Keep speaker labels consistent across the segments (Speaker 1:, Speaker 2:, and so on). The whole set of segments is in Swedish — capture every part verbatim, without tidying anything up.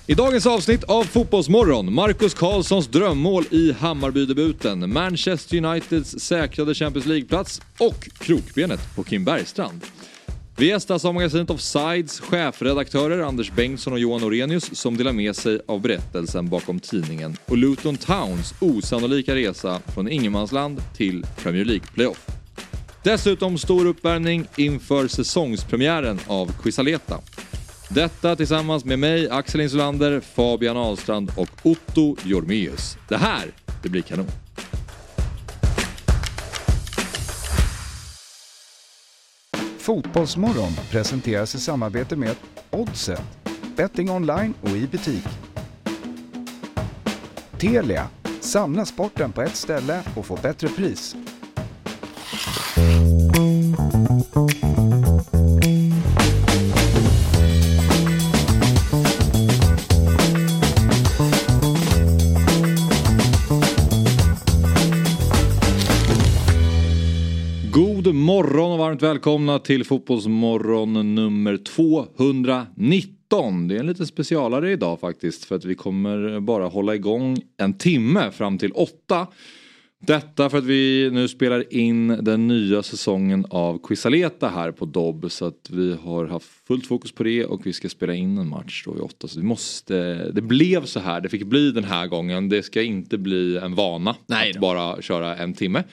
Speaker 1: I dagens avsnitt av Fotbollsmorgon, Marcus Karlssons drömmål i Hammarby-debuten, Manchester Uniteds säkrade Champions League-plats och krokbenet på Kim Bergstrand. Vi gästas av magasinet Offsides chefredaktörer Anders Bengtsson och Johan Orenius som delar med sig av berättelsen bakom tidningen och Luton Towns osannolika resa från ingenmansland till Premier League-playoff. Dessutom stor uppvärmning inför säsongspremiären av Quisaleta. Detta tillsammans med mig, Axel Insulander, Fabian Ahlstrand och Otto Jormeus. Det här, det blir kanon.
Speaker 2: Fotbollsmorgon presenteras i samarbete med Oddset, betting online och i butik. Telia, samla sporten på ett ställe och få bättre pris.
Speaker 1: God morgon och varmt välkomna till Fotbollsmorgon nummer tvåhundranitton. Det är en lite specialare idag faktiskt, för att vi kommer bara hålla igång en timme fram till åtta. Detta för att vi nu spelar in den nya säsongen av Quisaleta här på Dobb, så att vi har haft fullt fokus på det och vi ska spela in en match då i åtta. Så vi måste, det blev så här, det fick bli den här gången. Det ska inte bli en vana att bara köra en timme.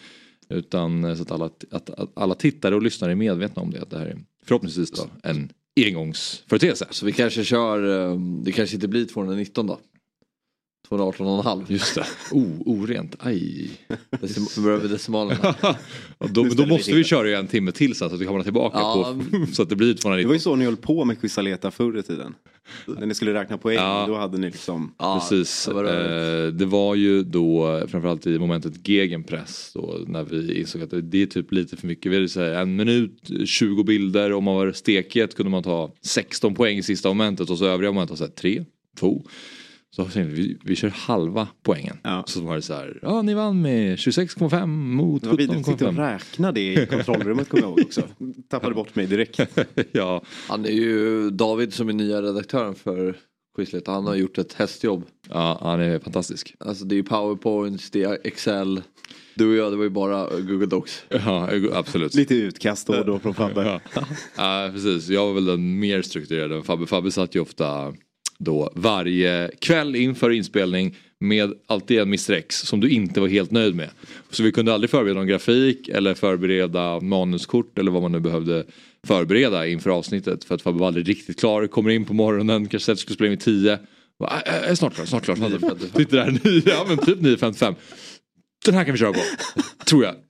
Speaker 1: Utan så att alla, att, att alla tittare och lyssnare är medvetna om det. Att det här är förhoppningsvis då en engångsföreteelse.
Speaker 3: Så vi kanske kör, det kanske inte blir tvåhundranitton då. tvåhundraarton och en halv.
Speaker 1: Just det. Oh, orent. Aj.
Speaker 3: Decim- börjar vi decimalerna.
Speaker 1: då då måste vi köra en timme till sen så att vi kommer tillbaka
Speaker 3: ja,
Speaker 1: på så att det blir tvåhundranitton.
Speaker 4: Det var ju så ni höll på med Quisaleta förr i tiden. När ni skulle räkna poäng, ja. Då hade ni liksom...
Speaker 1: Ja, precis. Det var, det. Eh, det var ju då framförallt i momentet gegenpress då, när vi insåg att det är typ lite för mycket. Vi hade så här, en minut, tjugo bilder. Om man var stekhet kunde man ta sexton poäng i sista momentet och så övriga moment så här, tre, två. Så vi, vi kör halva poängen. Ja. Så var det så här, ja ni vann med tjugosex komma fem mot sjutton komma fem.
Speaker 4: Vi sitter och räkna det i kontrollrummet, kommer jag ihåg också. Tappade bort mig direkt.
Speaker 1: Ja.
Speaker 3: Han är ju David som är nya redaktören för Quisaleta. Han har gjort ett hästjobb.
Speaker 1: Ja, han är fantastisk.
Speaker 3: Alltså det är PowerPoint, det är Excel. Du och jag, det var ju bara Google Docs.
Speaker 1: Ja, absolut.
Speaker 4: Lite utkast då, då från Fabbe.
Speaker 1: Ja. Ja, precis. Jag var väl den mer strukturerade än Fabbe. Fabbe satt ju ofta... då varje kväll inför inspelning med alltid en mister X som du inte var helt nöjd med. Så vi kunde aldrig förbereda någon grafik eller förbereda manuskort eller vad man nu behövde förbereda inför avsnittet, för att Fabbe var aldrig riktigt klar. Kommer in på morgonen, kanske skulle spela in vid tio. Äh, snart klart, snart klart. Sitter där nio, ja men typ nio femtiofem. Den här kan vi köra på. Tror jag.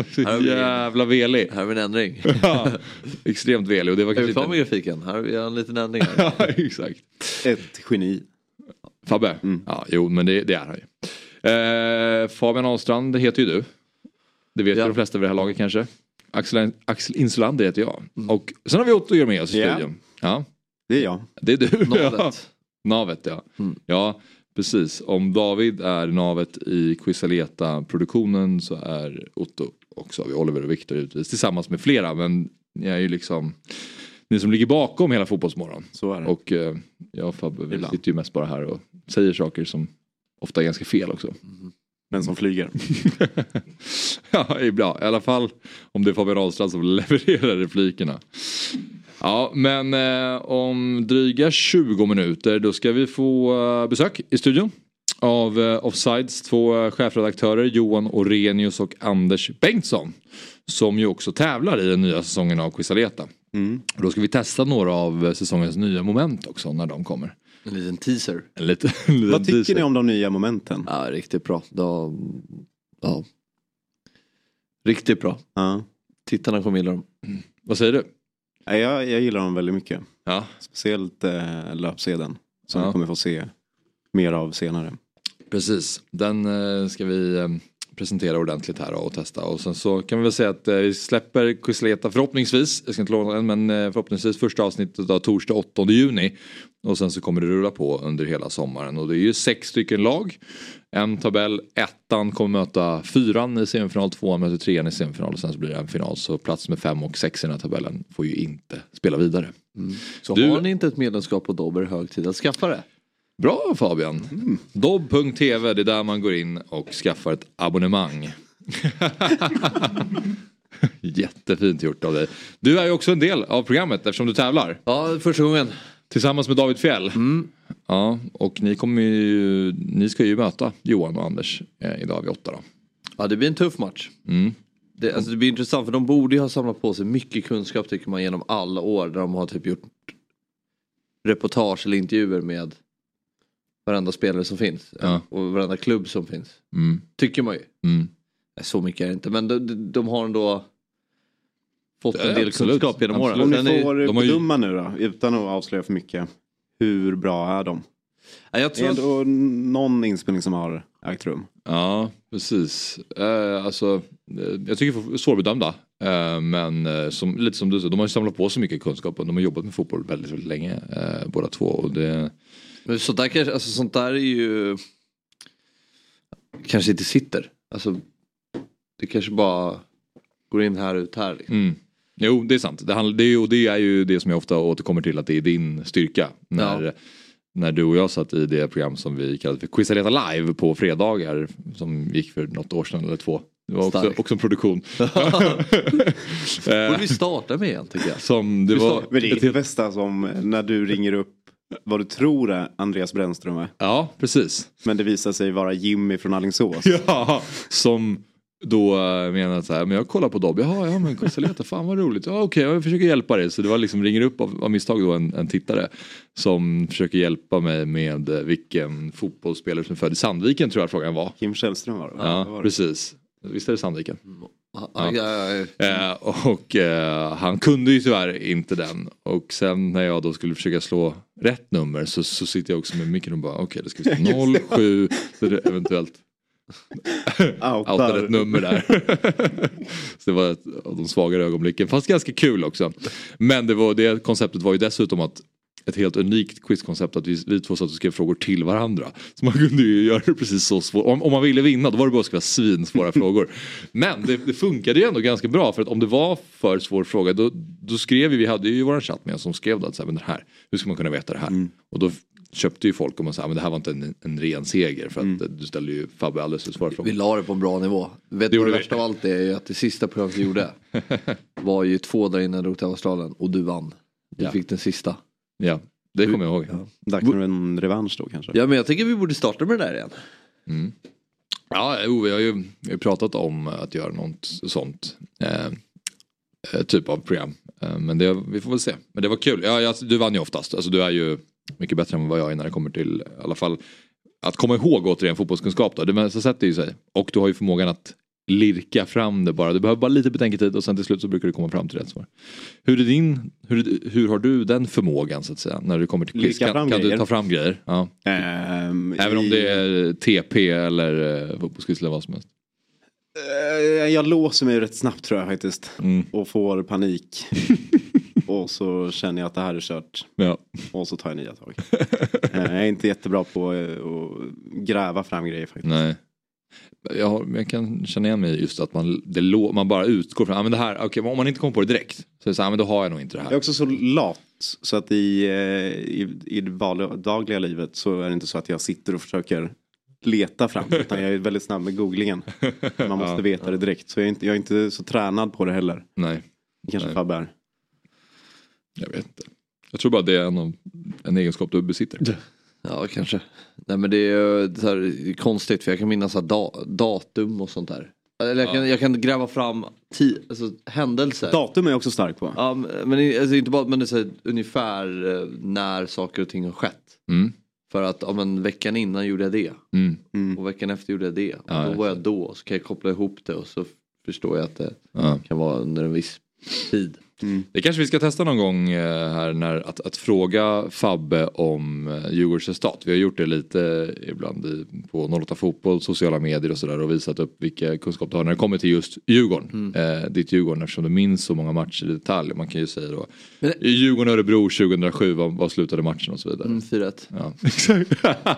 Speaker 1: Jävla velig.
Speaker 3: Här har vi en ändring.
Speaker 1: Ja, extremt velig. Och det var
Speaker 3: kanske inte... med grafiken? Här har vi en liten ändring här.
Speaker 1: Ja, exakt.
Speaker 4: Ett geni.
Speaker 1: Fabbe? Mm. Ja, jo, men det, det är han ju. Eh, Fabian Ahlstrand heter ju du. Det vet ja. ju de flesta vid det här laget kanske. Axel, Axel Insulander heter jag. Mm. Och sen har vi Otto med oss i
Speaker 4: yeah.
Speaker 1: studion. Ja.
Speaker 4: Det är jag.
Speaker 1: Det är du.
Speaker 3: Navet.
Speaker 1: Ja. Navet, ja. Mm. Ja. Precis, om David är navet i Quisaleta-produktionen så är Otto också, vi Oliver och Viktor utvis tillsammans med flera, men jag är ju liksom ni som ligger bakom hela Fotbollsmorgon.
Speaker 4: Så är det.
Speaker 1: Och eh, jag och Fabbe, vi sitter ju mest bara här och säger saker som ofta är ganska fel också.
Speaker 4: Mm. Men som flyger.
Speaker 1: Ja, ibland. I alla fall om det är Fabian Ahlstrand som levererar replikerna. Ja, men eh, om dryga tjugo minuter då ska vi få uh, besök i studion av uh, Offsides två uh, chefredaktörer Johan Orenius och Anders Bengtsson, som ju också tävlar i den nya säsongen av Quisaleta. Mm. Och då ska vi testa några av säsongens nya moment också när de kommer.
Speaker 3: En liten teaser.
Speaker 1: En liten, en liten
Speaker 4: Vad tycker
Speaker 1: teaser.
Speaker 4: ni om de nya momenten?
Speaker 3: Ja, riktigt bra. Då, ja. Riktigt bra.
Speaker 4: Ja.
Speaker 3: Tittarna kommer gilla dem.
Speaker 1: Mm. Vad säger du?
Speaker 4: Jag, jag gillar dem väldigt mycket.
Speaker 1: Ja.
Speaker 4: Speciellt äh, löpsedeln. Som
Speaker 1: ja.
Speaker 4: vi kommer få se mer av senare.
Speaker 1: Precis. Den äh, ska vi äh, presentera ordentligt här och testa. Och sen så kan vi väl säga att äh, vi släpper Quisaleta förhoppningsvis. Jag ska inte lova den, men äh, förhoppningsvis första avsnittet av torsdag åttonde juni. Och sen så kommer det rulla på under hela sommaren. Och det är ju sex stycken lag. En tabell, ettan kommer möta fyran i semifinal, tvåan möter trean i semifinal och sen så blir det en final. Så plats med fem och sex i den här tabellen får ju inte spela vidare.
Speaker 3: Mm. Så
Speaker 1: du...
Speaker 3: har ni inte ett medlemskap på Dobb är det hög tid att skaffa det?
Speaker 1: Bra Fabian. Mm. dobb punkt t v, det är där man går in och skaffar ett abonnemang. Jättefint gjort av dig. Du är ju också en del av programmet eftersom du tävlar.
Speaker 3: Ja, första gången.
Speaker 1: Tillsammans med David Fjäll.
Speaker 3: Mm.
Speaker 1: Ja, och ni kommer ju, ni ska ju möta Johan och Anders eh, idag vid åtta då.
Speaker 3: Ja, det blir en tuff match.
Speaker 1: Mm.
Speaker 3: Det, alltså det blir intressant för de borde ju ha samlat på sig mycket kunskap tycker man genom alla år där de har typ gjort reportage eller intervjuer med varenda spelare som finns.
Speaker 1: Ja.
Speaker 3: Och varenda klubb som finns.
Speaker 1: Mm.
Speaker 3: Tycker man ju.
Speaker 1: Mm.
Speaker 3: Så mycket är det inte. Men de, de har ändå fått en
Speaker 1: Ja,
Speaker 3: del
Speaker 1: absolut.
Speaker 3: kunskap genom åren.
Speaker 4: Om ni får
Speaker 1: de har ju...
Speaker 4: bedöma nu då, utan att avslöja för mycket. Hur bra är de?
Speaker 3: Ja, jag tror
Speaker 4: det är ändå att... någon inspelning som har ägt rum.
Speaker 1: Ja, precis. Eh, alltså, jag tycker det är svårbedömda. Eh, men eh, som, lite som du sa, de har ju samlat på så mycket kunskap och de har jobbat med fotboll väldigt, väldigt länge. Eh, båda två. Och det...
Speaker 3: Men sånt där, kanske, alltså, sånt där är ju kanske inte sitter. Alltså, det kanske bara går in här och ut här. Liksom.
Speaker 1: Mm. Jo, det är sant. Det, handl- det, är ju, det är ju det som jag ofta återkommer till, att det är din styrka. När,
Speaker 3: Ja.
Speaker 1: när du och jag satt i det program som vi kallade för Quizaleta Live på fredagar, som gick för något år sedan eller två. Det var också, också en produktion.
Speaker 3: Borde vi starta med igen tycker jag.
Speaker 1: Som det var,
Speaker 4: Men det är det bästa som när du ringer upp vad du tror är Andreas Brännström är.
Speaker 1: Ja, precis.
Speaker 4: Men det visar sig vara Jimmy från Alingsås.
Speaker 1: Ja, som då uh, menar så här, men jag kollar på Dobby, ja, ja men Quizaleta, fan vad roligt. Ja, okej, okay, jag försöker hjälpa dig. Så det var liksom, ringer upp av, av misstag då en, en tittare som försöker hjälpa mig med uh, vilken fotbollsspelare som är född i Sandviken, tror jag frågan var.
Speaker 4: Kim Källström var det.
Speaker 1: Ja,
Speaker 4: var det.
Speaker 1: precis. Visst är det Sandviken?
Speaker 3: Ja. Ja, ja,
Speaker 1: ja. Eh, och eh, han kunde ju tyvärr inte den. Och sen när jag då skulle försöka slå rätt nummer så, så sitter jag också med micken och bara okej, okay, det ska vi stå noll sju så det eventuellt outar ett nummer där. Så det var ett av de svagare ögonblicken. Fast ganska kul också. Men det, var, det konceptet var ju dessutom att ett helt unikt quizkoncept att vi, vi två satt och skrev frågor till varandra. Så man kunde ju göra det precis så svårt. Om, om man ville vinna då var det bara att skriva svinsvåra frågor. Men det, det funkade ju ändå ganska bra. För att om det var för svår fråga då, då skrev vi, vi hade ju våran chatt med oss som skrev då att så här, men det här, hur ska man kunna veta det här? Mm. Och då köpte ju folk och man sa men det här var inte en, en ren seger. För att mm. du ställde ju Fabbe alldeles för svåra frågor.
Speaker 3: Vi la det på en bra nivå. Vet du vad det värsta av allt är? Att det sista programmet vi gjorde var ju två där innan jag drog till Australien och du vann. Du
Speaker 1: ja.
Speaker 3: fick den sista.
Speaker 1: Ja. Det kommer jag ihåg.
Speaker 4: Ja. Dags för en revansch då kanske.
Speaker 3: Ja, men jag tycker vi borde starta med det där igen.
Speaker 1: Mm. Ja, jo, vi har ju vi har pratat om att göra något sånt eh, typ av program. Eh, men det, vi får väl se. Men det var kul. Ja, jag, du vann ju oftast. Alltså, du är ju mycket bättre än vad jag är när det kommer till i alla fall att komma ihåg återigen fotbollskunskap. Då. Det mesta sätter ju sig. Och du har ju förmågan att lirka fram det bara. Du behöver bara lite betänketid och sen till slut så brukar du komma fram till rätt svar. Hur är din, hur, hur har du den förmågan så att säga när du kommer till quiz? Kan, kan du ta fram grejer? Ja.
Speaker 4: Um,
Speaker 1: Även i... om det är T P eller uh, fotbollsquiz eller vad som helst.
Speaker 4: Uh, jag låser mig rätt snabbt tror jag faktiskt. Mm. Och får panik. Och så känner jag att det här är kört.
Speaker 1: Ja.
Speaker 4: Och så tar jag nya tag. uh, jag är inte jättebra på att gräva fram grejer faktiskt.
Speaker 1: Nej. Jag, har, jag kan känna igen mig just att man, det lo, man bara utgår från, ah, men det här, okay, om man inte kommer på det direkt så är det så här, ah, men då har jag nog inte det här.
Speaker 4: Jag är också så lat så att i, i, i det vanliga, dagliga livet så är det inte så att jag sitter och försöker leta fram utan jag är väldigt snabb med googlingen. Man måste ja. veta det direkt så jag är, inte, jag är inte så tränad på det heller.
Speaker 1: Nej.
Speaker 4: Kanske Fabbe är.
Speaker 1: Jag vet inte. Jag tror bara det är en, en egenskap du besitter.
Speaker 3: Ja, kanske. Nej, men det är så här konstigt för jag kan minnas så här da, datum och sånt där. Eller jag, ja. kan, jag kan gräva fram ti, alltså, händelser.
Speaker 4: Datum är jag också stark på.
Speaker 3: Ja, men alltså, inte bara men det är så här, ungefär när saker och ting har skett.
Speaker 1: Mm.
Speaker 3: För att om en veckan innan gjorde jag det.
Speaker 1: Mm.
Speaker 3: Mm. Och veckan efter gjorde jag det. Och ja, då var jag då. Så kan jag koppla ihop det och så förstår jag att det ja. kan vara under en viss tid.
Speaker 1: Mm. Det kanske vi ska testa någon gång här när, att, att fråga Fabbe om Djurgårdens resultat. Vi har gjort det lite ibland i, på noll åtta fotboll, sociala medier och sådär och visat upp vilka kunskap du har när det kommer till just Djurgården. Mm. Eh, ditt Djurgården eftersom du minns så många matcher i detalj. Man kan ju säga då Men... i Djurgården Örebro tjugohundrasju vad, vad slutade matchen och så vidare.
Speaker 3: Mm, fyra ett.
Speaker 1: Ja, exakt.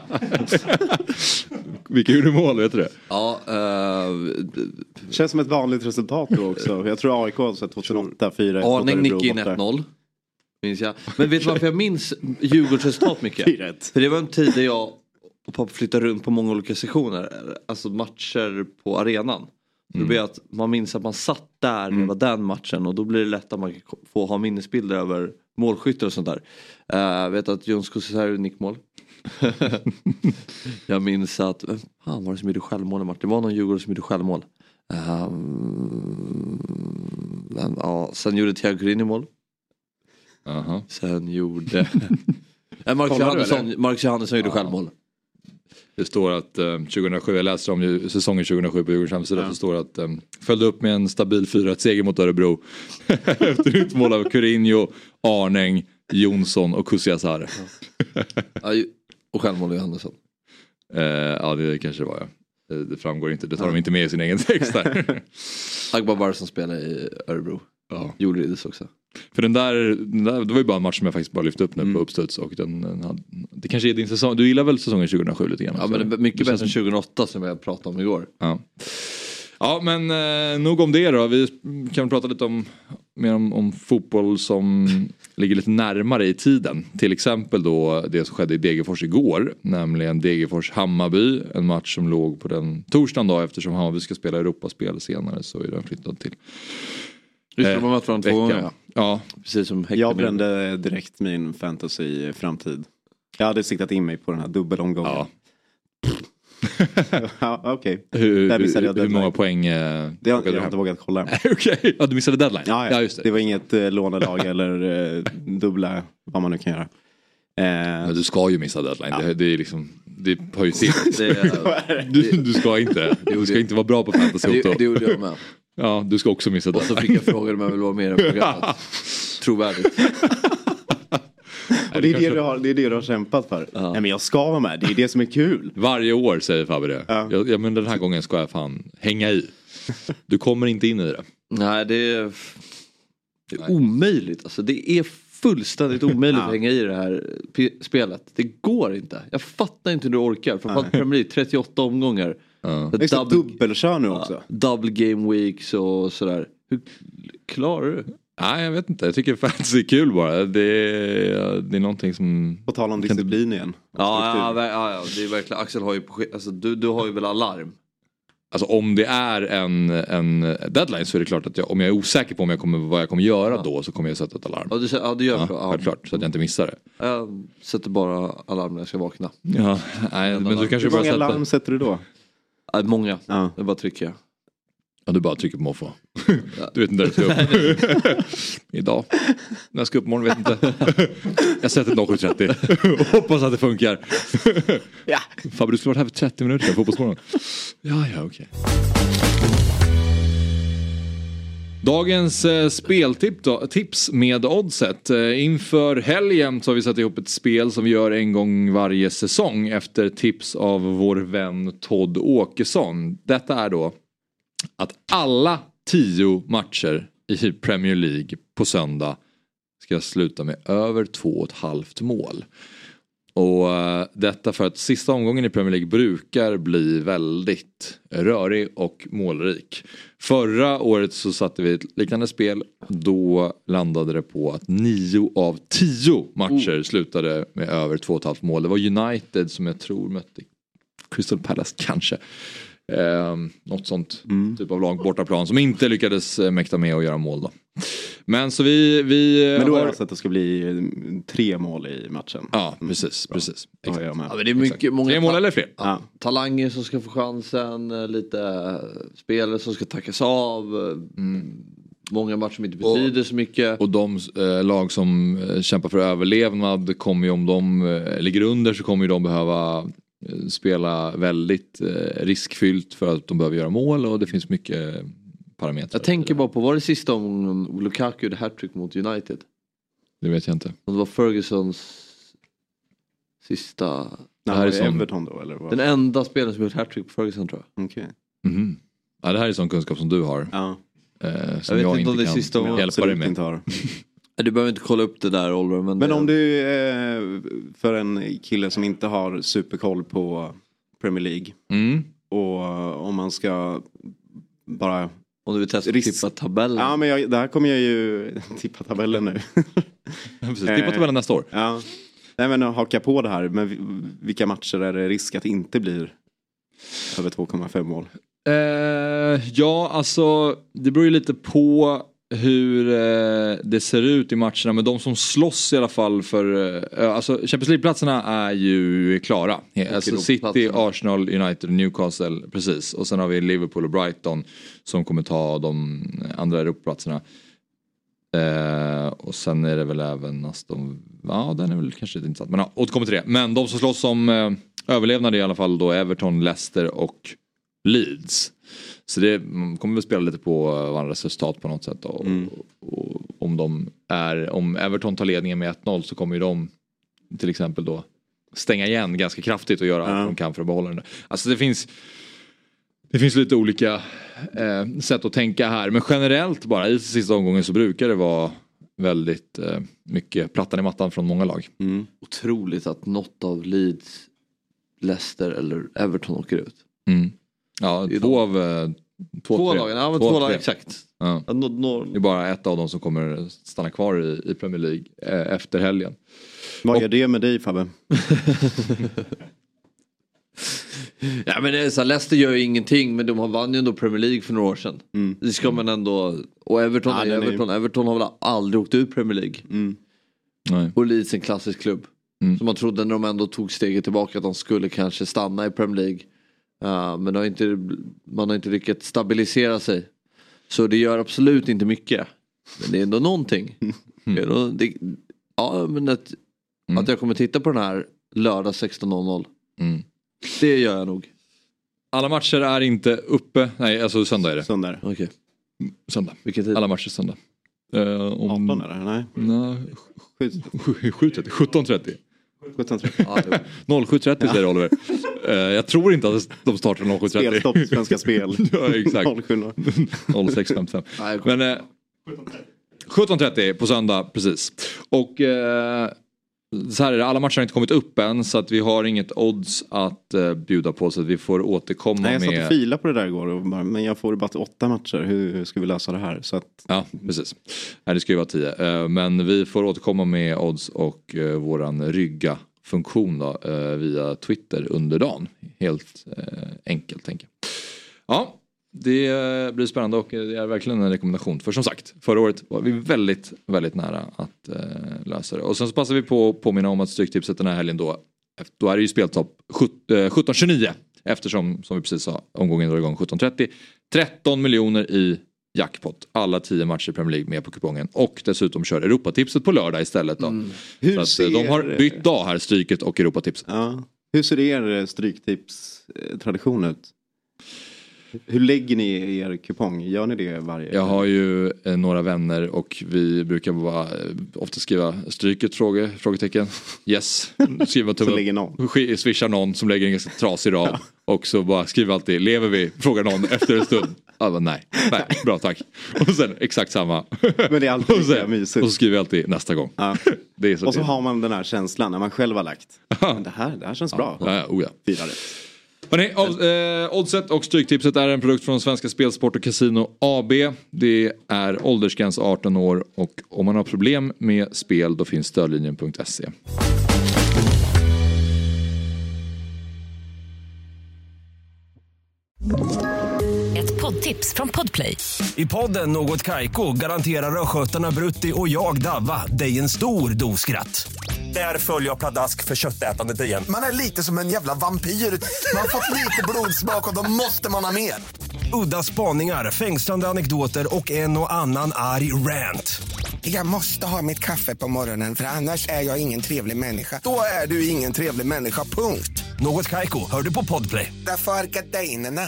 Speaker 1: Vilka gjorde mål, vet du det?
Speaker 3: Ja, uh...
Speaker 4: känns som ett vanligt resultat då också. Jag tror A I K så tjugohundraåtta fyra ett.
Speaker 3: Arning nickade in ett noll. Minns jag. Men vet du varför jag minns Djurgårdsresultat mycket? För det var en tid där jag och pappa flyttade runt på många olika sessioner. Alltså matcher på arenan. Mm. Det blir att man minns att man satt där mm. det var den matchen. Och då blir det lätt att man får ha minnesbilder över målskyttar och sånt där. Jag uh, vet att Jons Kusisäri nickmål. Jag minns att vem fan var det som gjorde självmål i matchen? Det var någon Djurgårdare som gjorde självmål. Um, men, ja, sen gjorde Thiago Green i mål.
Speaker 1: Uh-huh.
Speaker 3: Sen gjorde Marcus Johansson, Marcus Johansson gjorde uh-huh. självmål.
Speaker 1: Det står att um, tjugohundrasju, jag läste om ju, säsongen tjugohundrasju på Djurgårdens hemsida, ja. Så står att um, följde upp med en stabil fyra ett seger mot Örebro. Efter utmål av Courinho, Arnäng, Jonsson och Kusiasare.
Speaker 3: Ja. Och självmål i Andersson.
Speaker 1: Uh, ja, det kanske var jag. Det, det framgår inte, det tar ja. de inte med i sin egen text där.
Speaker 3: Agbabar som spelar i Örebro. Ja. Gjorde det också.
Speaker 1: För den där, den där, det var ju bara en match som jag faktiskt bara lyfte upp nu mm. på uppstuds. Och den, den hade, det kanske är din säsong, du gillar väl säsongen tjugohundrasju lite grann?
Speaker 3: Ja, men det är mycket bättre än tjugohundraåtta som jag pratade om igår.
Speaker 1: Ja, ja men eh, nog om det då. Vi kan prata lite om, mer om, om fotboll som ligger lite närmare i tiden. Till exempel då det som skedde i Degerfors igår. Nämligen Degerfors-Hammarby. En match som låg på den torsdagen då, eftersom Hammarby ska spela Europaspel senare så är den flyttad till
Speaker 3: Just det, man möter varandra två gånger. Ja.
Speaker 1: Ja.
Speaker 3: Precis som Häcken.
Speaker 4: Jag brände direkt min fantasy-framtid. Jag hade siktat in mig på den här dubbelomgången.
Speaker 1: Ja.
Speaker 4: Ja, okej.
Speaker 1: Okay. Hur, hur, hur många poäng eh,
Speaker 4: det har, jag har inte vågat kolla.
Speaker 1: Okej, okay. Ja, du missade deadline.
Speaker 4: Ja, ja. Ja, just det. Det var inget eh, lånelag eller eh, dubbla, vad man nu kan göra. Eh,
Speaker 1: Men du ska ju missa deadline. Ja. Det, det är liksom, det har ju sett. du, du ska inte. Du ska inte vara bra på fantasy.
Speaker 3: Det, det gjorde jag med.
Speaker 1: Ja, du ska också missa det.
Speaker 3: Och så fick jag frågan om jag vill vara med i programmet. Trovärdigt.
Speaker 4: Och det är det, du har, det är det du har kämpat för. Ja. Nej, men jag ska vara med, det är det som är kul.
Speaker 1: Varje år säger Fabbe det. Ja. Jag, jag, men den här gången ska jag fan hänga i. Du kommer inte in i det.
Speaker 3: Nej, det är, det är Nej. omöjligt. Alltså, det är fullständigt omöjligt ja. att hänga i det här p- spelet. Det går inte. Jag fattar inte hur du orkar. För att Premier League, trettioåtta omgångar.
Speaker 4: Ja. Det är double, dubbelkör nu också.
Speaker 3: Ja, double game weeks och sådär. Hur klarar du?
Speaker 1: Nej, jag vet inte. Jag tycker fantasy är kul bara. Det är, det är någonting som...
Speaker 4: På tal om disciplin igen.
Speaker 3: Ja, ja, ja, ja, det är verkligen... Axel har ju... Alltså, du, du har ju väl alarm?
Speaker 1: Alltså om det är en, en deadline så är det klart att jag, om jag är osäker på om jag kommer, vad jag kommer göra ja. då så kommer jag sätta ett alarm.
Speaker 3: Ja, du, ja, du gör så.
Speaker 1: Ja, självklart, så att jag inte missar det.
Speaker 3: Jag sätter bara alarm när jag ska vakna.
Speaker 1: Ja, nej, men du kanske
Speaker 4: Hur
Speaker 1: bara
Speaker 4: många
Speaker 1: sätter...
Speaker 4: alarm sätter du då?
Speaker 3: Ja, många. Ja. Jag bara trycker jag.
Speaker 1: Ja, du bara trycker på måfå. Ja. Du vet inte där du ska upp. Idag. När jag ska upp imorgon vet inte. Jag sätter noll sju trettio. Hoppas att det funkar.
Speaker 4: Ja.
Speaker 1: Fabbe, du skulle varit här för trettio minuter sedan, fotbollsmorgon. Ja, ja, okej. Okay. Dagens eh, speltips då, tips med Oddset. Eh, inför helgen så har vi satt ihop ett spel som vi gör en gång varje säsong efter tips av vår vän Todd Åkesson. Detta är då att alla tio matcher i Premier League på söndag ska sluta med över två och ett halvt mål. Och uh, detta för att sista omgången i Premier League brukar bli väldigt rörig och målrik. Förra året så satte vi ett liknande spel. Då landade det på att nio av tio matcher oh. slutade med över två och ett halvt mål. Det var United som jag tror mötte Crystal Palace kanske. Eh, något sånt mm. typ av lag bortaplan som inte lyckades mäkta med att göra mål då. Men så vi, vi
Speaker 4: Men då
Speaker 1: har...
Speaker 4: är det så att det ska bli tre mål i matchen.
Speaker 1: Ja, precis, mm. precis.
Speaker 3: Ja, ja, men det är mycket, många
Speaker 1: tre mål eller fler.
Speaker 3: Ja. Ja. Talanger som ska få chansen, lite spelare som ska tackas av. Mm. Många matcher som inte betyder
Speaker 1: och,
Speaker 3: så mycket.
Speaker 1: Och de eh, lag som eh, kämpar för överlevnad kommer ju, om de eh, ligger under så kommer ju de behöva spela väldigt eh, riskfyllt för att de behöver göra mål och det finns mycket parametrar.
Speaker 3: Jag tänker bara på, var det sista om Lukaku gjorde hattrick mot United?
Speaker 1: Det vet jag inte.
Speaker 3: Det var Fergusons sista...
Speaker 4: Det här är som... Everton då, eller vad?
Speaker 3: Den enda spelaren som gjort hattrick på Ferguson tror jag.
Speaker 4: Okej.
Speaker 1: Okay. Mm-hmm. Ja, det här är sån kunskap som du har.
Speaker 4: Ja.
Speaker 1: Eh, som jag, jag inte kan sista hjälpa dig med.
Speaker 3: Du behöver inte kolla upp det där, Oliver. Men,
Speaker 4: men
Speaker 3: det...
Speaker 4: om du, eh, för en kille som inte har superkoll på Premier League.
Speaker 1: Mm.
Speaker 4: Och om man ska bara
Speaker 3: Om du vill testa
Speaker 4: Risk...
Speaker 3: tippa tabellen.
Speaker 4: Ja, men jag, där kommer jag ju tippa tabellen nu.
Speaker 1: Precis, tippa tabellen nästa år.
Speaker 4: Ja. Nej, men haka på det här. Men vilka matcher är det risk att det inte blir över två komma fem mål?
Speaker 1: Eh, ja, alltså det beror ju lite på hur eh, det ser ut i matcherna. Men de som slåss i alla fall för... Eh, alltså Champions League-platserna är ju klara. Alltså City, Arsenal, United, Newcastle, precis. Och sen har vi Liverpool och Brighton som kommer ta de andra Europaplatserna. Eh, och sen är det väl även Aston... Ja, den är väl kanske lite intressant. Men ja, återkommer till det. Men de som slåss om eh, överlevnad i alla fall då Everton, Leicester och Leeds. Så det kommer vi spela lite på varandras resultat på något sätt. Och, mm. och, och om de är... Om Everton tar ledningen med ett noll så kommer ju de till exempel då stänga igen ganska kraftigt och göra allt mm. de kan för att behålla den. Alltså det finns... Det finns lite olika eh, sätt att tänka här. Men generellt bara i sista omgången så brukar det vara väldigt eh, mycket plattan i mattan från många lag.
Speaker 3: Mm. Otroligt att något av Leeds, Leicester eller Everton åker ut.
Speaker 1: Mm. Ja, två de... av eh, två,
Speaker 3: två
Speaker 1: tre.
Speaker 3: lagen. Ja, men två, två lag, exakt.
Speaker 1: Ja.
Speaker 3: No, no...
Speaker 1: Det är bara ett av dem som kommer stanna kvar i, i Premier League eh, efter helgen.
Speaker 4: Vad Och... är det med dig, Fabbe?
Speaker 3: Ja, men det är så här, Leicester gör ju ingenting, men de har vann ju ändå Premier League för några år sedan. Mm. Det ska man ändå... Och Everton, ja, är Everton. Är... Everton har väl aldrig åkt ut Premier League.
Speaker 4: Mm.
Speaker 1: Nej.
Speaker 3: Och Leeds en klassisk klubb. Mm. Så man trodde när de ändå tog steget tillbaka att de skulle kanske stanna i Premier League. Uh, men har inte, man har inte lyckats stabilisera sig. Så det gör absolut inte mycket. Men det är ändå någonting. Mm. Det, ja, men att, mm. att jag kommer titta på den här lördag sexton noll noll. Mm. Det gör jag nog.
Speaker 1: Alla matcher är inte uppe. Nej, alltså söndag är det.
Speaker 4: Söndag.
Speaker 3: Okej. Okay.
Speaker 1: Söndag. Vilken tid? Alla matcher söndag.
Speaker 4: Uh, om... arton är det? Nej.
Speaker 1: Nej. sju trettio. sjutton trettio.
Speaker 4: sjutton trettio.
Speaker 1: noll sju trettio säger Oliver. Uh, jag tror inte att de startar noll sju trettio.
Speaker 4: Spelstopp, Svenska Spel.
Speaker 1: Ja, exakt. noll sex femtiofem. Men uh, sjutton trettio på söndag, precis. Och... Uh, så här är det, alla matcher har inte kommit upp än så att vi har inget odds att uh, bjuda på så att vi får återkomma med...
Speaker 4: Nej, jag satt och fila på det där igår och bara, men jag får bara till åtta matcher, hur, hur ska vi lösa det här? Så att...
Speaker 1: Ja, precis. Nej, det ska ju vara tio. Uh, men vi får återkomma med odds och uh, våran rygga funktion då, uh, via Twitter under dagen. Helt uh, enkelt, tänker jag. Ja, det blir spännande och det är verkligen en rekommendation. För som sagt, förra året var vi väldigt, väldigt nära att eh, lösa det. Och sen så passar vi på att påminna om att Stryktipset den här helgen då, då är det ju speltopp sjutton tjugonio. Eftersom, som vi precis sa, omgången drar igång sjutton trettio. tretton miljoner i jackpot. Alla tio matcher i Premier League med på kupongen. Och dessutom kör Europatipset på lördag istället då. Mm.
Speaker 4: Hur
Speaker 1: så att,
Speaker 4: ser...
Speaker 1: de har bytt dag här, Stryket och Europatipset.
Speaker 4: Ja. Hur ser er Stryktips-tradition ut? Hur lägger ni er kupong? Gör ni det varje?
Speaker 1: Jag har ju eh, några vänner och vi brukar bara eh, ofta skriva stryket fråge, frågetecken. Yes. Skriva
Speaker 4: så lägger någon.
Speaker 1: Swishar någon som lägger en ganska trasig rad. Ja. Och så bara skriver alltid, lever vi? Frågar någon efter en stund. Ja, bara, nej. nej, bra tack. Och sen exakt samma.
Speaker 4: Men det är alltid
Speaker 1: och sen,
Speaker 4: mysigt.
Speaker 1: Och så skriver jag alltid nästa gång.
Speaker 4: Ja.
Speaker 1: Det är så
Speaker 4: och så
Speaker 1: det.
Speaker 4: har man den här känslan när man själv har lagt. Men det här, det här känns
Speaker 1: ja.
Speaker 4: bra.
Speaker 1: Ja, ja, oh ja.
Speaker 4: Fyra rätt.
Speaker 1: Hörrni, eh, Oddset och Stryktipset är en produkt från Svenska Spelsport och Casino A B. Det är åldersgräns arton år och om man har problem med spel då finns stödlinjen punkt se.
Speaker 5: Ett poddtips från Podplay.
Speaker 6: I podden Något Kaiko garanterar röskötarna Brutti och jag Davva dig en stor doskratt. Där följer jag pladask för köttätandet igen.
Speaker 7: Man är lite som en jävla vampyr. Man har fått lite blodsmak och då måste man ha mer.
Speaker 6: Udda spaningar, fängslande anekdoter och en och annan arg rant.
Speaker 7: Jag måste ha mitt kaffe på morgonen för annars är jag ingen trevlig människa. Då är du ingen trevlig människa, punkt.
Speaker 6: Något Kaiko, hör du på Podplay.
Speaker 7: Därför är gardinerna.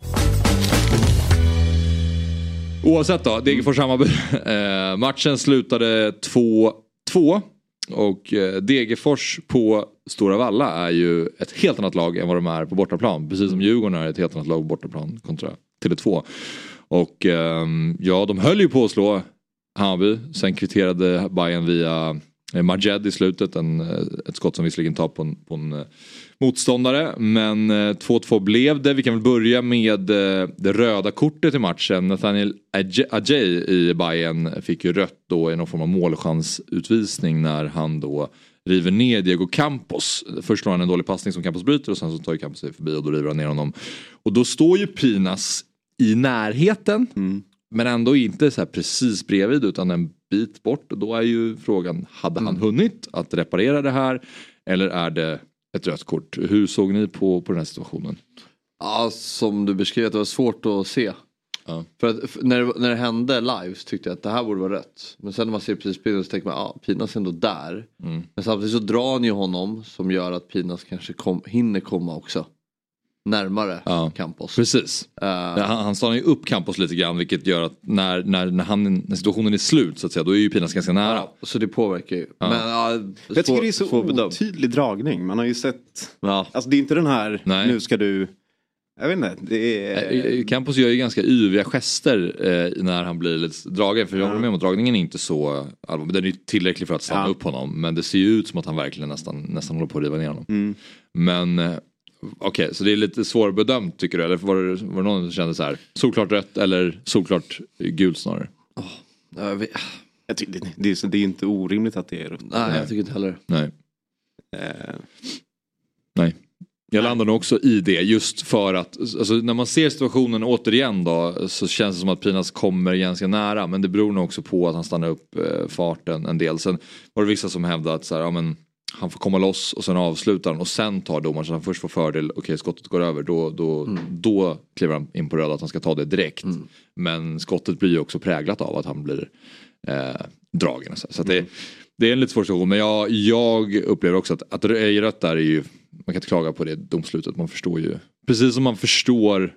Speaker 1: Oavsett då, Degerfors-Hammarby. Eh, matchen slutade två två. Och eh, Degerfors på Stora Valla är ju ett helt annat lag än vad de är på bortaplan. Precis som Djurgården är ett helt annat lag på bortaplan kontra Tele två. Och eh, ja, de höll ju på att slå Hammarby. Sen kvitterade Bayern via Majed i slutet, en, ett skott som visserligen tar på en, på en motståndare. Men två två blev det. Vi kan väl börja med det röda kortet i matchen. Nathaniel Adjei i Bayern fick ju rött då i någon form av målchansutvisning när han då river ner Diego Campos. Först slår han en dålig passning som Campos bryter och sen så tar ju Campos sig förbi och då river han ner honom. Och då står ju Pinas i närheten mm. men ändå inte så här precis bredvid utan en bit bort. Och då är ju frågan, hade han mm. hunnit att reparera det här eller är det ett rött kort? Hur såg ni på, på den här situationen?
Speaker 3: Ja, som du beskrev, det var svårt att se. Ja. För att för när, det, när det hände live så tyckte jag att det här borde vara rätt. Men sen när man ser precis Pinas så tänker man, ja, Pinas är ändå där. Mm. Men samtidigt så drar han ju honom som gör att Pinas kanske kom, hinner komma också närmare ja. Campos.
Speaker 1: Precis. Uh, ja, han, han stannar ju upp Campos lite grann vilket gör att när, när, när, han, när situationen är slut så att säga, då är ju Pinas ganska nära. Ja,
Speaker 3: så det påverkar ju. Ja. Men, ja,
Speaker 4: svår, jag tycker det är så otydlig dragning. Man har ju sett, ja. Alltså det är inte den här, nej. Nu ska du... Jag vet inte, det är...
Speaker 1: Campos gör ju ganska yviga gester eh, när han blir lite dragen. För jag håller med om att dragningen är inte så allvarlig. Den är ju tillräcklig för att stanna ja. upp honom. Men det ser ju ut som att han verkligen nästan, nästan håller på att riva ner honom. Mm. Men eh, okej, okay, så det är lite svårbedömt tycker du? Eller var det, var det någon som kände så här solklart rött eller solklart gult snarare?
Speaker 3: Oh, jag vet.
Speaker 4: Jag tycker, det, det, är, det är inte orimligt att det är rött.
Speaker 3: Nej, jag tycker inte heller.
Speaker 1: Nej. Eh. Nej. Jag landar nog också i det just för att alltså, när man ser situationen återigen då så känns det som att Pinas kommer ganska nära men det beror nog också på att han stannar upp eh, farten en del. Sen var det vissa som hävdade att så här, ja, men, han får komma loss och sen avslutar han och sen tar domaren så han först får fördel, okej okay, skottet går över då, då, mm. då kliver han in på röd att han ska ta det direkt. Mm. Men skottet blir ju också präglat av att han blir eh, dragen. Så, så att det, det är en lite svår situation men jag, jag upplever också att, att rött där är ju man kan inte klaga på det domslutet. Man förstår ju. Precis som man förstår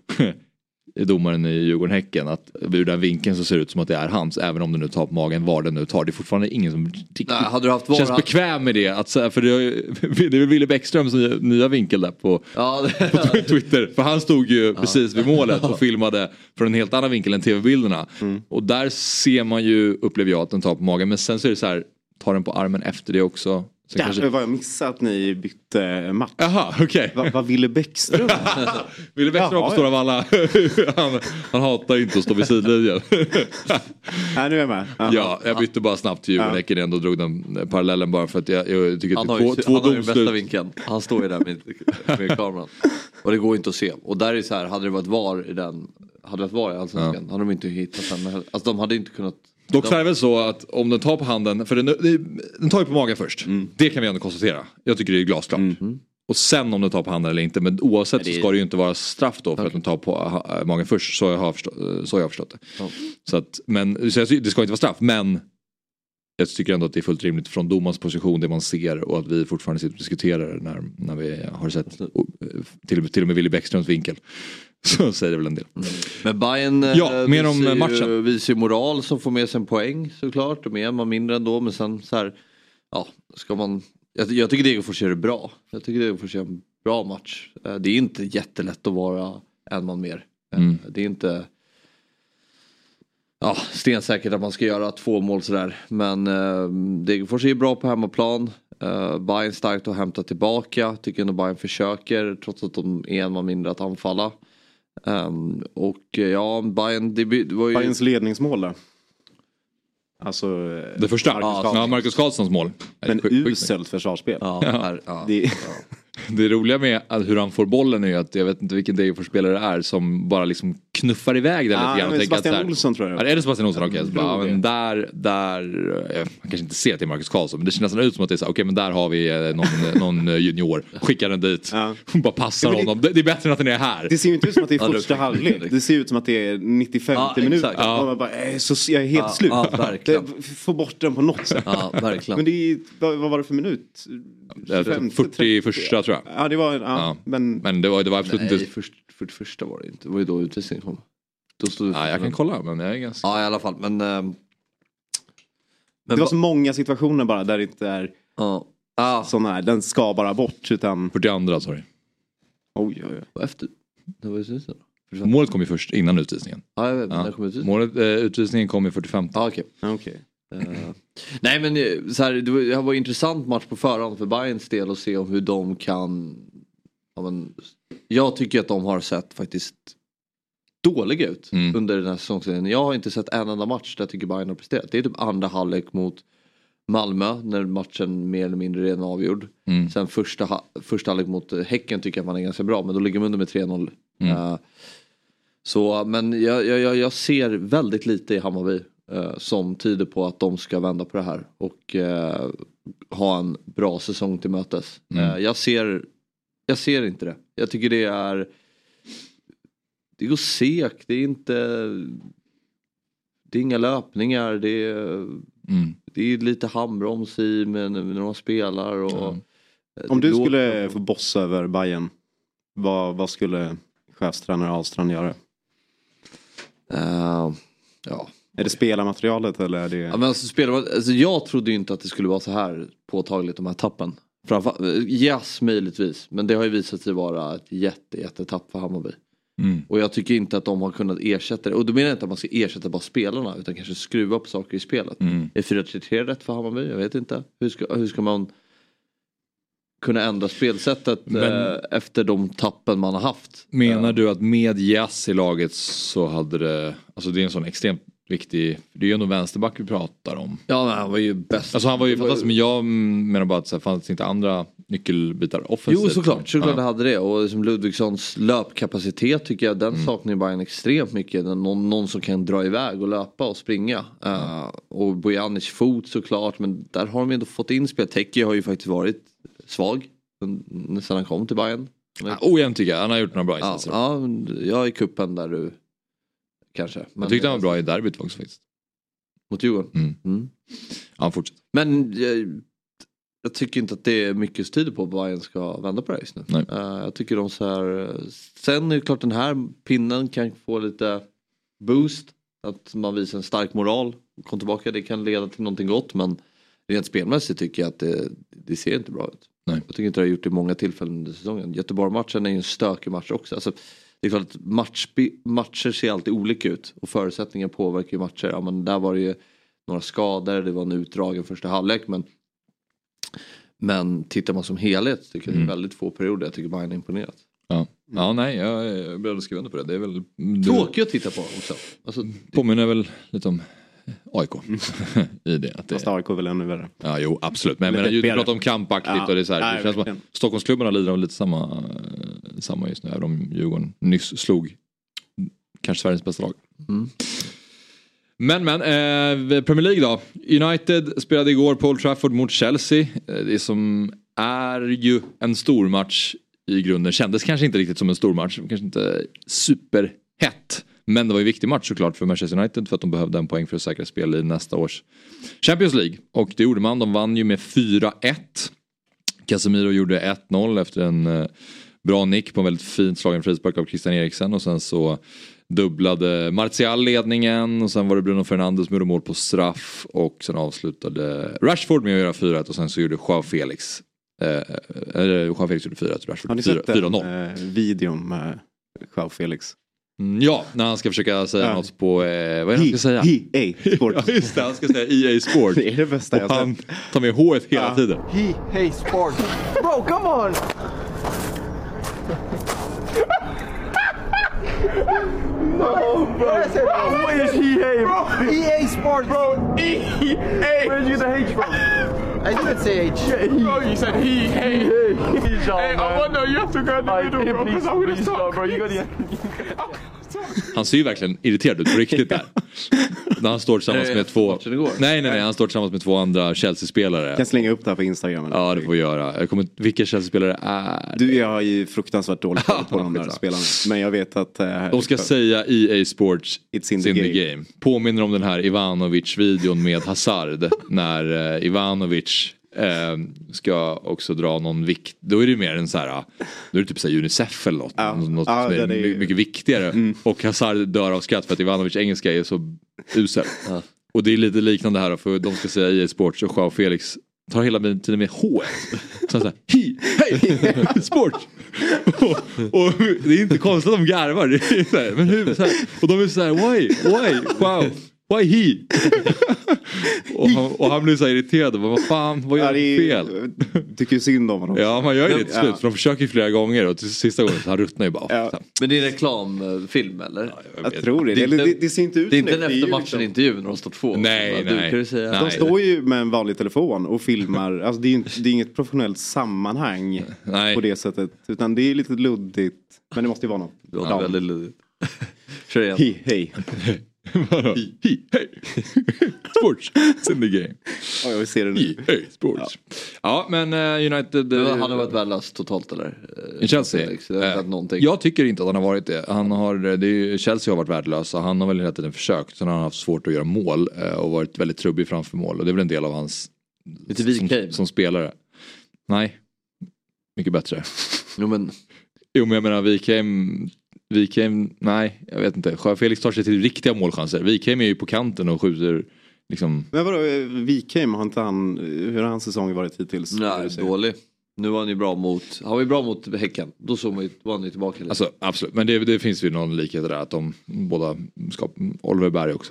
Speaker 1: i domaren i Djurgården-Häcken att ur den vinkeln så ser det ut som att det är hans. Även om du nu tar på magen var den nu tar. Det är fortfarande ingen som riktigt
Speaker 3: Nej, hade du haft var,
Speaker 1: känns hade... bekväm med det. Att, för det är, det är Wille Bäckströms nya, nya vinkel där på, ja, det... på Twitter. För han stod ju ja. precis vid målet och filmade från en helt annan vinkel än tv-bilderna. Mm. Och där ser man ju, upplever jag, att den tar på magen. Men sen så är det så här, tar den på armen efter det också.
Speaker 4: Där kanske... var jag missat att ni bytte match.
Speaker 1: Jaha, okej. Okay.
Speaker 4: Vad va Wille Bäckström?
Speaker 1: Wille Bäckström var på stora av alla. han, han hatar inte att stå vid sidlinjen.
Speaker 4: Nej, nu är jag med.
Speaker 1: Aha. Ja, jag bytte bara snabbt till Djurgården igen och drog den parallellen bara för att jag, jag tycker
Speaker 3: att
Speaker 1: det
Speaker 3: är två, ju, två han har ju den bästa vinkeln. Han står ju där med, med kameran. Och det går inte att se. Och där är så här, hade det varit var i den, hade det varit var i Allsvenskan, ja. hade de inte hittat den. Alltså de hade inte kunnat.
Speaker 1: Dock så är det väl så att om den tar på handen, för den, den tar ju på magen först. Mm. Det kan vi ändå konstatera. Jag tycker det är glasklart. Mm. Och sen om den tar på handen eller inte. Men oavsett men det... så ska det ju inte vara straff då för okay. att den tar på magen först. Så jag har förstått, så jag har förstått det. Oh. Så att, men så det ska inte vara straff. Men jag tycker ändå att det är fullt rimligt från domans position det man ser. Och att vi fortfarande sitter och diskuterar när, när vi har sett till, till och med Wille Bäckströms vinkel. Så säger det väl en del. Mm.
Speaker 3: Men Bayern
Speaker 1: ja, mer om matchen.
Speaker 3: Visar ju moral som får med sig en poäng såklart. Och mer man mindre ändå. Men sen så här, ja, ska man... Jag, jag tycker Degerfors gör det bra. Jag tycker Degerfors gör en bra match. Det är inte jättelätt att vara en man mer. Mm. Det är inte... Ja, stensäkert att man ska göra två mål sådär. Men äh, Degerfors är bra på hemmaplan. Uh, Bayern starkt att hämta tillbaka. Tycker ändå Bayern försöker trots att de är en man mindre att anfalla. Um, och ja, Bayern det, det var ju...
Speaker 4: Bayerns ledningsmål där. Alltså
Speaker 1: det första, Marcus ja, Karlsson. Ja, Marcus Karlssons mål.
Speaker 4: Men uselt försvarsspel.
Speaker 3: Ja, ja. Ja.
Speaker 4: Det...
Speaker 1: ja. Det roliga med hur han får bollen är ju att jag vet inte vilken Degerfors-spelare det är som bara liksom knuffar iväg den
Speaker 4: ah, lite grann. Sebastian att, Olsson tror jag.
Speaker 1: Är det Sebastian Olsson? Okej, okay, ja, men där, där, man kanske inte ser att det är Marcus Karlsson, men det känns nästan ut som att det är så, okej okay, men där har vi någon, någon junior, skickar den dit, ja. bara passar det, honom. Det, det är bättre än att den är här.
Speaker 4: Det ser ju inte ut som att det är första halvlek. Det ser ut som att det är nittiofem ja, minuter. Ja. Och man bara, äh, så, jag är helt ja, slut. Ja, få bort den på något sätt.
Speaker 3: Ja, verkligen.
Speaker 4: Men det är, vad, vad var det för minut?
Speaker 1: tjugofem, fyrtioförsta tror jag.
Speaker 4: Ja, det var, ja,
Speaker 1: ja. Men, men det var, det var absolut
Speaker 3: nej,
Speaker 1: inte...
Speaker 3: Först, fyrtioförsta var det inte. Det var ju då utvisningen kom. Då stod
Speaker 1: ja, jag kan kolla, men jag är ganska...
Speaker 3: Ja, i alla fall. Men, äh, men
Speaker 4: det var så många situationer bara där det inte är
Speaker 3: ja.
Speaker 4: ah. sån här. Den ska bara bort, utan...
Speaker 1: fyrtioandra, sorry.
Speaker 4: Oj, oj, oj.
Speaker 3: Efter... Det var ju så.
Speaker 1: Målet kom ju först innan utvisningen.
Speaker 3: Ja, jag vet. Ja. Kom utvisningen?
Speaker 1: Målet, eh, utvisningen kom ju fyrtiofem.
Speaker 3: Ja, okej.
Speaker 4: Okay. Okay.
Speaker 3: Uh, nej men så här, det var en intressant match på förhand för Bayerns del att se om hur de kan. Ja, men, jag tycker att de har sett faktiskt dåliga ut mm. under den här säsongen. Jag har inte sett en enda match där jag tycker Bayern har presterat. Det är typ andra halvlek mot Malmö när matchen mer eller mindre redan avgjord. Mm. Sen första, första halvlek mot Häcken tycker jag man är ganska bra, men då ligger man under med tre noll. Mm. Uh, så, men jag, jag, jag ser väldigt lite i Hammarby uh, som tyder på att de ska vända på det här och uh, ha en bra säsong till mötes. Mm. Uh, jag ser jag ser inte det. Jag tycker det är det går segt, det är inte det är inga löpningar, det är mm. det är lite handbroms i men när de spelar och mm.
Speaker 4: Om du skulle låter... få bossa över Bayern, vad, vad skulle chefstränare Ahlstrand göra?
Speaker 3: Uh, ja.
Speaker 4: Är det spelarmaterialet eller är det...
Speaker 3: Ja, men alltså, spelar, alltså, jag trodde ju inte att det skulle vara så här påtagligt de här tappen. Framför, yes, möjligtvis. Men det har ju visat sig vara ett jätte, jättetapp för Hammarby. Mm. Och jag tycker inte att de har kunnat ersätta det. Och då menar jag inte att man ska ersätta bara spelarna utan kanske skruva upp saker i spelet. Mm. Är fyra tre tre rätt för Hammarby? Jag vet inte. Hur ska, hur ska man kunna ändra spelsättet men, eh, efter de tappen man har haft?
Speaker 1: Menar du att med Jas i laget så hade det, alltså det är en sån extremt viktig, det är ju ändå vänsterback vi pratar om.
Speaker 3: Ja, men han var ju bäst.
Speaker 1: Alltså han var ju fantastisk, men jag menar bara att det fanns inte andra nyckelbitar offensivt.
Speaker 3: Jo, såklart, såklart ja. Det hade det. Och som Ludvigssons löpkapacitet tycker jag, den mm. saknar ju bara en extremt mycket. Någon, någon som kan dra iväg och löpa och springa. Mm. Uh, och Bojanic fot såklart, men där har de ändå fått in spel. Teki har ju faktiskt varit svag sedan han kom till Bayern.
Speaker 1: Ja, ojämn tycker jag, han har gjort några bra insatser.
Speaker 3: Ja, ja, jag är i kuppen där du kanske. Men
Speaker 1: jag tyckte han var bra i derbyt också faktiskt.
Speaker 3: Mot Djurgården?
Speaker 1: Mm. Mm. Ja, fortsätt.
Speaker 3: Men jag, jag tycker inte att det är mycket tyder på att Bayern ska vända på det just nu.
Speaker 1: Nej.
Speaker 3: Uh, jag tycker de så här. Sen är det klart den här pinnen kan få lite boost. Att man visar en stark moral. Kom tillbaka, det kan leda till någonting gott. Men rent spelmässigt tycker jag att det, det ser inte bra ut.
Speaker 1: Nej.
Speaker 3: Jag tycker inte det har gjort det i många tillfällen under säsongen. Göteborg-matchen är ju en stökig match också. Alltså, det är klart att match, matcher ser alltid olika ut. Och förutsättningar påverkar ju matcher. Ja, men där var det ju några skador. Det var en utdragen första halvlek. Men, men tittar man som helhet tycker jag mm. det är väldigt få perioder. Jag tycker Bayern är imponerat.
Speaker 1: Ja, ja nej, jag är beredd att skriva under på det. Det är väl
Speaker 3: tråkigt att titta på också. Alltså, det...
Speaker 1: Påminner väl lite om A I K i det. Att det...
Speaker 4: Fast A I K är väl ännu värre.
Speaker 1: Ja, jo, absolut. Men, men du pratar om kampaktigt ja. Och det är så här. Nej, det känns som att Stockholmsklubbarna lider av lite samma, samma just nu. Även om Djurgården nyss slog kanske Sveriges bästa lag.
Speaker 3: Mm.
Speaker 1: Men, men, eh, Premier League då. United spelade igår på Old Trafford mot Chelsea. Det som är ju en stor match i grunden. Kändes kanske inte riktigt som en stor match. Kanske inte superhett. Men det var ju en viktig match såklart för Manchester United för att de behövde en poäng för att säkra spel i nästa års Champions League. Och det gjorde man. De vann ju med fyra ett. Casemiro gjorde ett noll efter en eh, bra nick på en väldigt fint slagen frispark av Christian Eriksen. Och sen så dubblade Martial ledningen. Och sen var det Bruno Fernandes som gjorde mål på straff. Och sen avslutade Rashford med att göra fyra ett. Och sen så gjorde Joao Felix. Eh, eh, Joao Felix gjorde fyra ett. Rashford
Speaker 4: har ni sett fyra noll. Eh, videon med Joao Felix?
Speaker 1: Mm, ja, när han ska försöka säga ja. något på, eh, vad är det han ska säga?
Speaker 4: E A Sport.
Speaker 1: Ja, just det, han ska säga E A Sport.
Speaker 4: Det är det bästa jag
Speaker 1: sett. Han tar med H hela ja. tiden.
Speaker 8: E A Sport. Bro, come on! No, bro. What is E A? E A Sport, bro. E A. Where did you get the H from? I didn't say H. Bro, you said he, hey. Hey, I wonder, you have to go in the middle, bro, because I'm gonna stop. Bro, you got
Speaker 1: Han ser ju verkligen irriterad ut på riktigt där. När han står tillsammans med två... Nej, nej, nej. Han står tillsammans med två andra Chelsea-spelare.
Speaker 4: Jag kan slänga upp det här på Instagram. Eller?
Speaker 1: Ja, det får vi göra. Jag kommer... Vilka Chelsea-spelare är...
Speaker 4: Du, jag har ju fruktansvärt dåligt på de där spelarna. Men jag vet att... Uh,
Speaker 1: de ska säga E A Sports
Speaker 4: It's in the, in the game. game.
Speaker 1: Påminner om den här Ivanovic-videon med Hazard. När uh, Ivanovic... Eh, ska också dra någon vikt. Då är det mer en så här. Då är det typ så här Unicef eller något, ja. något ja, som är, är mycket, mycket viktigare. Mm. Och Hazard dör av skratt för att Ivanovic engelska är så usel. Ja. Och det är lite liknande här. För de ska säga E A Sports och Joao Felix tar hela tiden med H. Så här, hi, hej, sport. och, och det är inte konstigt att de garvar. Det är så här, men hur, så här, och de är så här, why, why, wow. Why he? och, han, och han blir så irriterad. Vad fan, vad gör ja, fel?
Speaker 4: Tycker synd om honom.
Speaker 1: Ja, man gör ju det till slut. Ja. För de försöker ju flera gånger och till sista gången så han ruttnar ju bara.
Speaker 3: Ja. Men det är en reklamfilm eller?
Speaker 4: Ja, jag, jag tror det. Det,
Speaker 3: det,
Speaker 4: det, det ser inte ut
Speaker 3: det är inte en
Speaker 4: det.
Speaker 3: efter matchen intervju när de står två.
Speaker 1: Nej,
Speaker 3: så,
Speaker 1: nej.
Speaker 3: Du, säga.
Speaker 1: nej.
Speaker 4: De står ju med en vanlig telefon och filmar. Alltså det är, inte, det är inget professionellt sammanhang nej. På det sättet. Utan det är lite luddigt. Men det måste ju vara något.
Speaker 3: Det var väldigt luddigt. Kör igen.
Speaker 4: Hej, hej.
Speaker 1: Hi, hi, hey. Sports, it's in the game.
Speaker 4: Ja, jag vill se det nu.
Speaker 1: Hi, hey, sports. Ja, ja men uh, United... Uh,
Speaker 3: men han har varit värdelös totalt eller?
Speaker 1: I Chelsea? Uh, jag tycker inte att han har varit det. Han har, det är, Chelsea har varit värdelös. Han har väl hela tiden försökt. Sen har han haft svårt att göra mål. Uh, och varit väldigt trubbig framför mål. Och det är väl en del av hans... Som, som spelare. Nej. Mycket bättre.
Speaker 3: Jo men...
Speaker 1: Jo men jag menar Wikheim... Wikheim, nej jag vet inte. Sjöberg Felix tar sig till riktiga målchanser. Wikheim är ju på kanten och skjuter liksom...
Speaker 4: Men vadå, Wikheim har inte han... Hur har hans säsong varit hittills?
Speaker 3: Nej, dålig. Nu var han ju bra mot... Han var ju bra mot Häcken. Då såg man ju, var han ju tillbaka lite.
Speaker 1: Alltså absolut, men det, det finns ju någon likhet där att de båda ska... Oliver Berg också.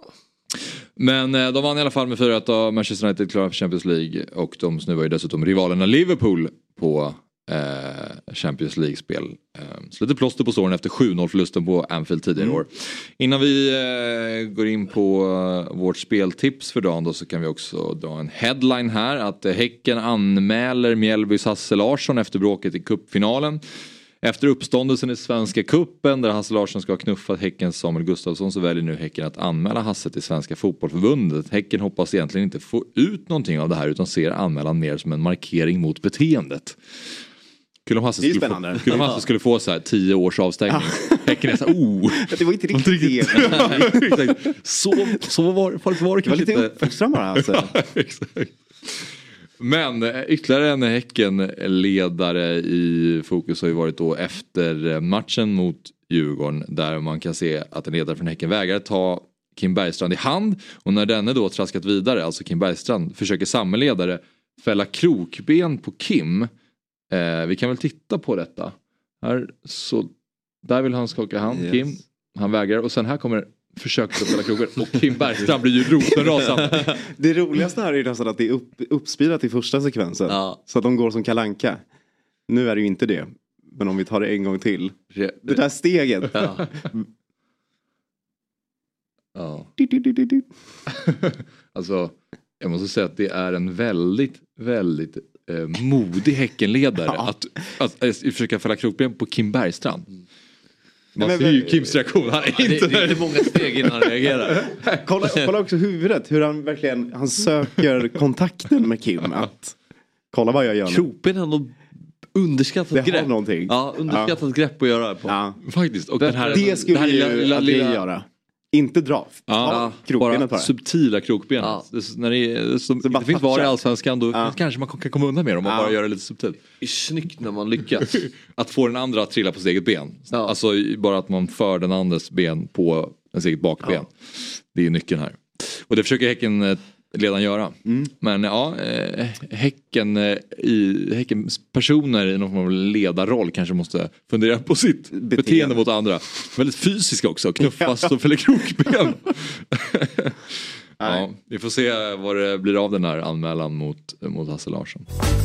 Speaker 1: Men de vann i alla fall med fyra ett av Manchester United klara för Champions League. Och de snuvar ju dessutom rivalerna Liverpool på eh, Champions League-spel. Eh, så lite plåster på såren efter sju noll förlusten på Anfield tidigare mm. år. Innan vi eh, går in på uh, vårt speltips för dagen då, så kan vi också dra en headline här. Att eh, Häcken anmäler Mjällbys Hasse Larsson efter bråket i cupfinalen. Efter uppståndelsen i Svenska kuppen där Hasse Larsson ska ha knuffat Häckens Samuel Gustafsson, så väljer nu Häcken att anmäla Hasse till Svenska fotbollförbundet. Häcken hoppas egentligen inte få ut någonting av det här utan ser anmälan mer som en markering mot beteendet. Kul om Hasse, skulle få, kul om Hasse skulle få så här tio års avstängning. Häcken är så här, oh.
Speaker 4: Det var inte riktigt
Speaker 1: det. så, så var, var, var det kanske
Speaker 4: lite
Speaker 1: inte.
Speaker 4: Uppfostran bara alltså.
Speaker 1: Ja, exakt. Men ytterligare en Häcken-ledare i fokus har ju varit då efter matchen mot Djurgården, där man kan se att en ledare från Häcken vägrar ta Kim Bergstrand i hand, och när denne då traskat vidare, alltså Kim Bergstrand, försöker samma ledare fälla krokben på Kim. Eh, vi kan väl titta på detta. Här, så, där vill han skaka hand, yes. Kim. Han vägrar, och sen här kommer försökt att spela krogen och Kim Bergstrand blir ju rosenrasande.
Speaker 4: Det roligaste här är nästan att det är upp, uppspelat i första sekvensen. Ja. Så att de går som kalanka. Nu är det ju inte det. Men om vi tar det en gång till. Det, det där steget. Ja.
Speaker 1: Ja. Alltså, jag måste säga att det är en väldigt, väldigt eh, modig Häckenledare ja. att, att, att försöka fälla krokben på Kim Bergstrand. Man men, ser ju Kims reaktion. Han är inte
Speaker 3: det, det är inte många steg innan han reagerar.
Speaker 4: kolla, kolla också huvudet. Hur han verkligen han söker kontakten med Kim. Att, kolla vad jag gör nu.
Speaker 3: Kropen är nog underskattat
Speaker 4: det
Speaker 3: grepp.
Speaker 4: Har någonting.
Speaker 3: Ja, underskattat ja. grepp att göra på.
Speaker 1: Ja. Faktiskt. Och
Speaker 4: det,
Speaker 1: den här,
Speaker 4: det skulle det här ju lilla, lilla, göra. Inte dra.
Speaker 1: Ja, bara på subtila krokben. Ja. Det, när det, är, som, det, det finns var i Allsvenskan då ja. kanske man kan komma undan med dem och ja. bara göra det lite subtilt.
Speaker 3: Det är snyggt när man lyckas.
Speaker 1: Att få den andra att trilla på sitt eget ben. Ja. Alltså bara att man för den andres ben på ens eget bakben. Ja. Det är nyckeln här. Och det försöker Häcken redan göra. Mm. Men ja, eh, Häcken, eh, i, Häckens personer i någon form av ledarroll kanske måste fundera på sitt beteende, beteende mot andra. Väldigt fysiska också, knuffas och fäller krokben. Ja, vi får se vad det blir av den här anmälan mot, mot Hasse Larsson.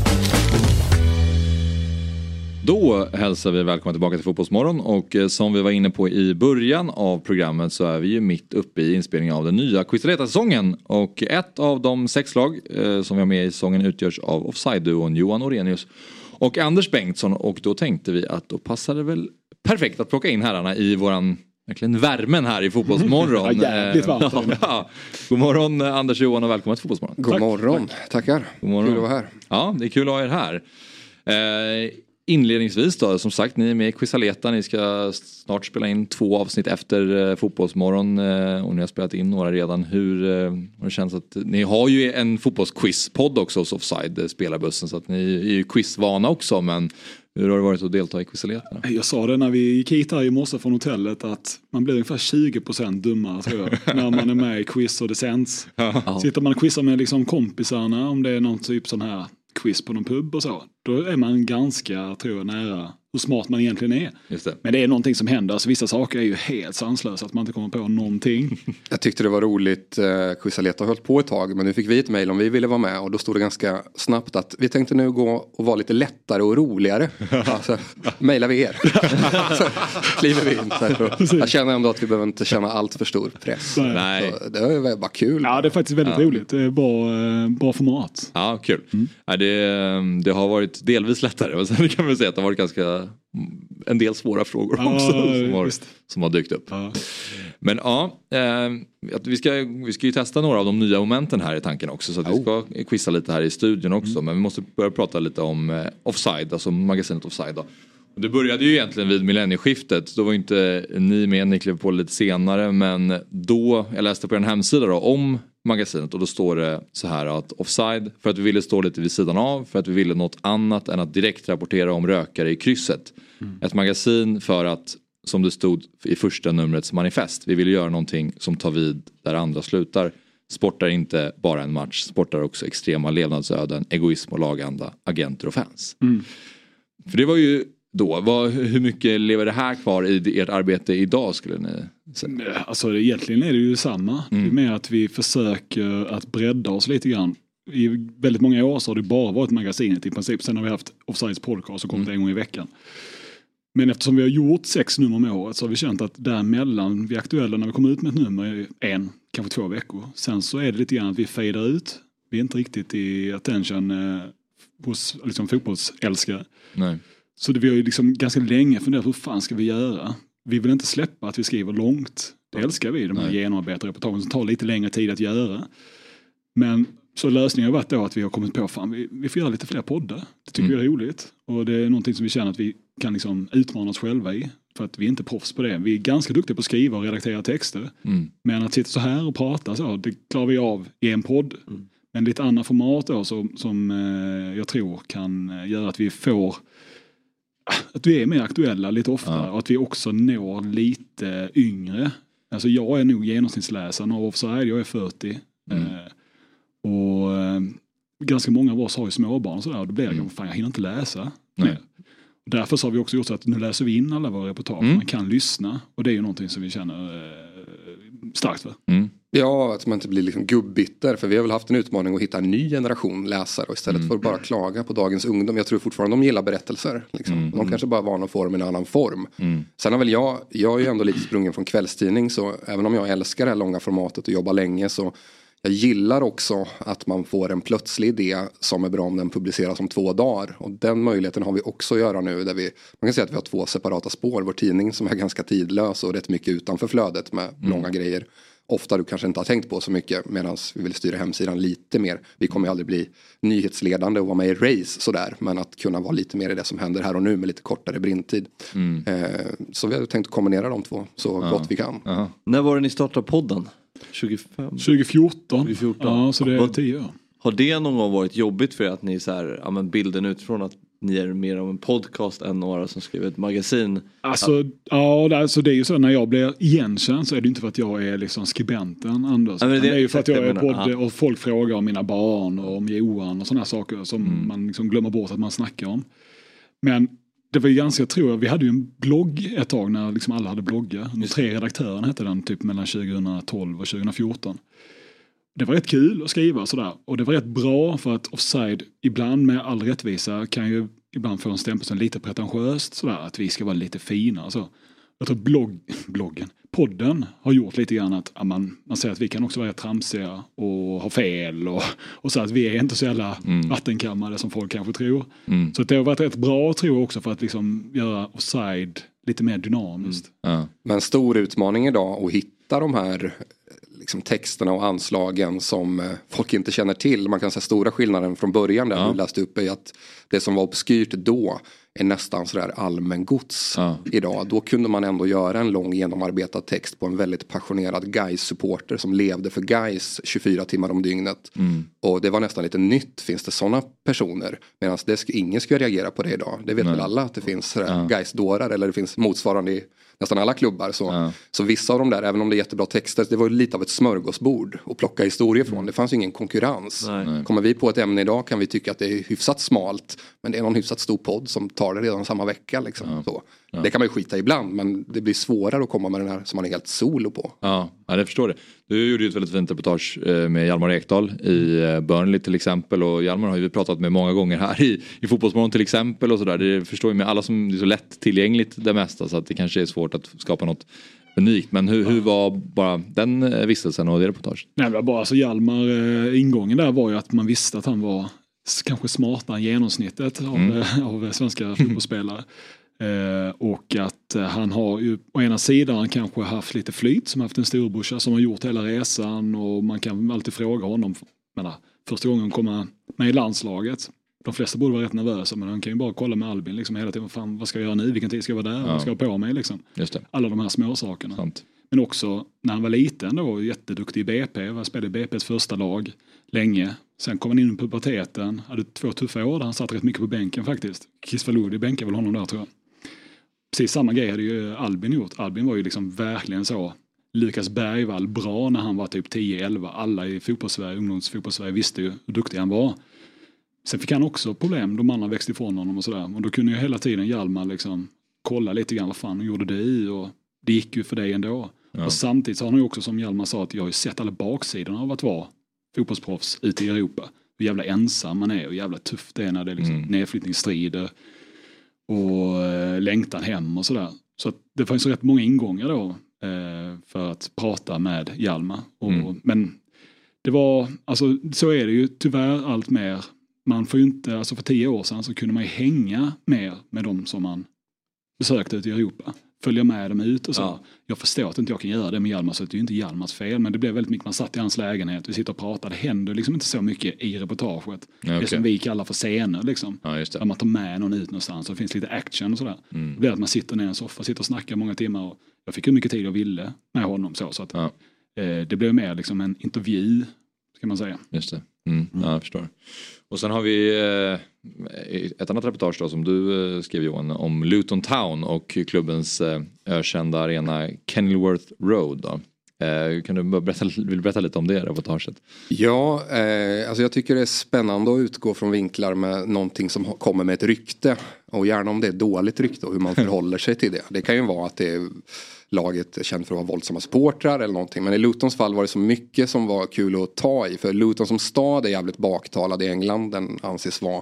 Speaker 1: Då hälsar vi välkomna tillbaka till Fotbollsmorgon, och som vi var inne på i början av programmet så är vi ju mitt uppe i inspelningen av den nya Quizaleta-säsongen, och ett av de sex lag eh, som vi har med i säsongen utgörs av Offside-duon Johan Orenius och Anders Bengtsson, och då tänkte vi att då passar det väl perfekt att plocka in herrarna i våran verkligen värmen här i Fotbollsmorgon.
Speaker 9: Ja, jävligt varmt.
Speaker 1: Ja. God morgon Anders och Johan och välkomna till Fotbollsmorgon.
Speaker 9: God morgon, Tack. tackar.
Speaker 1: God morgon.
Speaker 9: Kul att vara här.
Speaker 1: Ja, det är kul att ha er här. Eh, Inledningsvis då, som sagt, ni är med i Quizaleta. Ni ska snart spela in två avsnitt efter eh, Fotbollsmorgon eh, och ni har spelat in några redan. Hur eh, det känns att ni har ju en fotbollsquiz-podd också hos Offside, eh, spelarbussen, så att ni är ju quizvana också, men hur har det varit att delta i Quizaleta?
Speaker 9: Jag sa det när vi gick hit här i morse från hotellet att man blir ungefär tjugo procent dummare tror jag när man är med i quiz och det sänds. Ja. Sitter man och quizar med liksom kompisarna, om det är någon typ sån här quiz på någon pub och så, då är man ganska, tror jag, nära hur smart man egentligen är.
Speaker 1: Just det.
Speaker 9: Men det är någonting som händer. Alltså, vissa saker är ju helt sanslösa att man inte kommer på någonting.
Speaker 10: Jag tyckte det var roligt. Quizaleta har hållit på ett tag, men nu fick vi ett mejl om vi ville vara med och då stod det ganska snabbt att vi tänkte nu gå och vara lite lättare och roligare. Alltså, mejlar vi er. Så kliver vi in. Så jag känner ändå att vi behöver inte känna allt för stor press.
Speaker 1: Nej.
Speaker 10: Så det är bara kul.
Speaker 9: Ja, det är faktiskt väldigt
Speaker 1: ja.
Speaker 9: roligt. Det är bra, bra format.
Speaker 1: Ja, kul.
Speaker 9: Mm.
Speaker 1: Ja, det, det har varit delvis lättare, men sen kan man säga att det har varit ganska en del svåra frågor
Speaker 9: ja,
Speaker 1: också som har, som har dykt upp.
Speaker 9: Ja.
Speaker 1: Men ja, eh, att vi, ska, vi ska ju testa några av de nya momenten här i tanken också, så att vi ska quizza lite här i studion också. Mm. Men vi måste börja prata lite om eh, Offside, alltså magasinet Offside då. Det började ju egentligen vid millennieskiftet. Då var inte ni med, ni klev på lite senare. Men då, jag läste på en hemsida då om magasinet. Och då står det så här att Offside, för att vi ville stå lite vid sidan av. För att vi ville något annat än att direkt rapportera om rökare i krysset. Mm. Ett magasin för att, som det stod i första numrets manifest. Vi ville göra någonting som tar vid där andra slutar. Sport är inte bara en match. Sport är också extrema levnadsöden, egoism och laganda, agenter och fans. Mm. För det var ju... Då, vad, hur mycket lever det här kvar i ert arbete idag skulle ni säga?
Speaker 9: Alltså egentligen är det ju samma. Mm. Det är mer att vi försöker att bredda oss lite grann. I väldigt många år så har det bara varit magasinet i princip. Sen har vi haft Offsides podcast och kommit mm. en gång i veckan. Men eftersom vi har gjort sex nummer om året så har vi känt att däremellan vi är aktuella när vi kommer ut med ett nummer en, kanske två veckor. Sen så är det lite grann att vi fejdar ut. Vi är inte riktigt i attention eh, hos liksom, fotbollsälskare.
Speaker 1: Nej.
Speaker 9: Så det, vi har ju liksom ganska länge funderat hur fan ska vi göra? Vi vill inte släppa att vi skriver långt. Det älskar vi, de här genomarbetade reportagen som tar lite längre tid att göra. Men så lösningen har varit då att vi har kommit på fan, vi, vi får göra lite fler poddar. Det tycker mm. vi är roligt. Och det är någonting som vi känner att vi kan liksom utmana oss själva i. För att vi är inte proffs på det. Vi är ganska duktiga på att skriva och redaktera texter. Mm. Men att sitta så här och prata så, det klarar vi av i en podd. Mm. Men lite andra format då som, som eh, jag tror kan göra att vi får att vi är mer aktuella lite oftare ja. Och att vi också når lite yngre. Alltså jag är nog genomsnittsläsaren av Offside, jag är fyrtio. Mm. Eh, och eh, ganska många av oss har ju småbarn och sådär, och då blir det mm. fan jag hinner inte läsa mer. Därför så har vi också gjort så att nu läser vi in alla våra reportage. Mm. Man kan lyssna, och det är ju någonting som vi känner eh, starkt för.
Speaker 10: Mm. Ja, att man inte blir liksom gubbitter. För vi har väl haft en utmaning att hitta en ny generation läsare. Och istället mm. för att bara klaga på dagens ungdom. Jag tror fortfarande de gillar berättelser. Liksom. Mm. De kanske bara var någon form i en annan form. Mm. Sen har väl jag, jag är ju ändå lite sprungen från kvällstidning. Så även om jag älskar det här långa formatet och jobbar länge, så jag gillar också att man får en plötslig idé som är bra om den publiceras om två dagar. Och den möjligheten har vi också att göra nu. Där vi, man kan säga att vi har två separata spår. Vår tidning som är ganska tidlös och rätt mycket utanför flödet med mm. långa grejer. Ofta du kanske inte har tänkt på så mycket, medan vi vill styra hemsidan lite mer. Vi kommer ju aldrig bli nyhetsledande och vara med i race sådär. Men att kunna vara lite mer i det som händer här och nu med lite kortare brintid. Mm. Eh, så vi har tänkt kombinera de två så ja. gott vi kan.
Speaker 3: Aha. När var det ni startade podden? tjugofem
Speaker 9: tjugofjorton tjugofjorton Ja, så det är tio år.
Speaker 3: Har det någon gång varit jobbigt för er att ni så här, ja, men bilden utifrån att ni är mer av en podcast än några som skriver ett magasin?
Speaker 9: Alltså, ja, det, alltså det är ju så, när jag blir igenkänd så är det inte för att jag är liksom skribenten Anders. Ja, det, det är ju för att jag är podd, ja. och folk frågar om mina barn och om Johan och sådana saker som mm. man liksom glömmer bort att man snackar om. Men det var ju ganska, tror jag, vi hade ju en blogg ett tag när liksom alla hade bloggar. De tre redaktörerna hette den typ mellan tjugotolv och tjugofjorton. Det var rätt kul att skriva sådär. Och det var rätt bra för att Offside ibland med all rättvisa kan ju ibland få en stämpel som lite pretentiöst sådär. Att vi ska vara lite fina. Så jag tror blogg, bloggen, podden har gjort lite grann att ja, man, man säger att vi kan också vara tramsiga och ha fel. Och, och så att vi är inte så jävla mm. vattenkammare som folk kanske tror. Mm. Så det har varit rätt bra, tror jag, också för att liksom göra Offside lite mer dynamiskt.
Speaker 10: Mm. Ja. Men stor utmaning idag att hitta de här liksom texterna och anslagen som eh, folk inte känner till. Man kan säga stora skillnaden från början där ja. du läste upp är att det som var obskyrt då är nästan sådär allmängods ja. idag. Då kunde man ändå göra en lång genomarbetad text på en väldigt passionerad Gais-supporter som levde för Gais tjugofyra timmar om dygnet. Mm. Och det var nästan lite nytt. Finns det sådana personer? Medan det sk- ingen ska reagera på det idag. Det vet Nej. väl alla att det finns ja. Gais-dårar, eller det finns motsvarande i nästan alla klubbar. Så, ja. så vissa av dem där, även om det är jättebra texter, det var lite av ett smörgåsbord att plocka historier från. Mm. Det fanns ju ingen konkurrens. Nej. Kommer vi på ett ämne idag kan vi tycka att det är hyfsat smalt, men det är någon hyfsat stor podd som tar tar det redan samma vecka. Liksom.
Speaker 1: Ja.
Speaker 10: Så.
Speaker 1: Ja.
Speaker 10: Det kan man ju skita ibland, men det blir svårare att komma med den här som man är helt solo på.
Speaker 1: Ja, jag förstår det. Du gjorde ju ett väldigt fint reportage med Hjalmar Ekdal i Burnley till exempel. Och Hjalmar har ju vi pratat med många gånger här i, i Fotbollsmorgon till exempel. Och sådär. Det förstår ju med alla som det är så lätt tillgängligt det mesta. Så att det kanske är svårt att skapa något unikt. Men hur, hur var bara den vistelsen och det reportaget?
Speaker 9: Nej, det var bara alltså Hjalmar, eh, ingången där var ju att man visste att han var kanske smartare än genomsnittet av, mm. av svenska fotbollsspelare. Eh, och att eh, han har ju å ena sidan kanske haft lite flyt, som haft en storbrorsa som har gjort hela resan, och man kan alltid fråga honom, menar, första gången komma med i landslaget, de flesta borde vara rätt nervösa, men han kan ju bara kolla med Albin liksom hela tiden, fan, vad ska jag göra nu, vilken tid ska jag vara där, ja. Vad ska jag på mig liksom.
Speaker 1: Just det.
Speaker 9: Alla de här små sakerna.
Speaker 1: Sant.
Speaker 9: Men också när han var liten då, jätteduktig i B P, var spelade i B P:s första lag länge. Sen kom han in i puberteten, hade två tuffa år där han satt rätt mycket på bänken faktiskt. Kisvalodi bänkade väl honom där, tror jag. Precis samma grej hade ju Albin gjort. Albin var ju liksom verkligen så Lukas Bergvall bra när han var typ tio elva. Alla i fotbollssverige, ungdomsfotbollssverige visste ju hur duktig han var. Sen fick han också problem, de andra växte ifrån honom och sådär. Och då kunde ju hela tiden Hjalmar liksom kolla lite grann vad fan gjorde du, och det gick ju för dig ändå. Ja. Och samtidigt så har han ju också, som Hjalmar sa, att jag har ju sett alla baksidorna av att vara fotbollsproffs ute i Europa. Hur jävla ensam man är och jävla tufft det är när det är liksom mm. nedflyttningsstrider och eh, längtan hem och sådär. Så att det fanns så rätt många ingångar då eh, för att prata med Hjalmar. Och, mm. Men det var, alltså så är det ju tyvärr allt mer. Man får ju inte, alltså för tio år sedan så kunde man ju hänga mer med dem som man besökte ute i Europa. Följa med dem ut och så. Ja. Jag förstår att inte jag kan göra det med Hjalmar, så det är ju inte Hjalmars fel, men det blev väldigt mycket, man satt i hans lägenhet, vi sitter och pratar, det händer liksom inte så mycket i reportaget. Ja, okay. Det som vi kallar för scener liksom. Ja, just det. Där man tar med någon ut någonstans och det finns lite action och sådär. Mm. Det blir att man sitter ner i en soffa, sitter och snackar många timmar, och jag fick hur mycket tid jag ville med honom så, så att ja. eh, det blev mer liksom en intervju, ska man säga.
Speaker 1: Just det. Mm. Mm. Ja, jag förstår. Och sen har vi eh, ett annat reportage då, som du eh, skrev, Johan, om Luton Town och klubbens eh, ökända arena Kenilworth Road då. Eh, kan du berätta, vill du berätta lite om det reportaget?
Speaker 10: Ja, eh, alltså jag tycker det är spännande att utgå från vinklar med någonting som kommer med ett rykte, och gärna om det är dåligt rykte och hur man förhåller sig till det. Det kan ju vara att det är laget är känt för att ha våldsamma supportrar eller någonting. Men i Lutons fall var det så mycket som var kul att ta i. För Luton som stad är jävligt baktalad i England. Den anses vara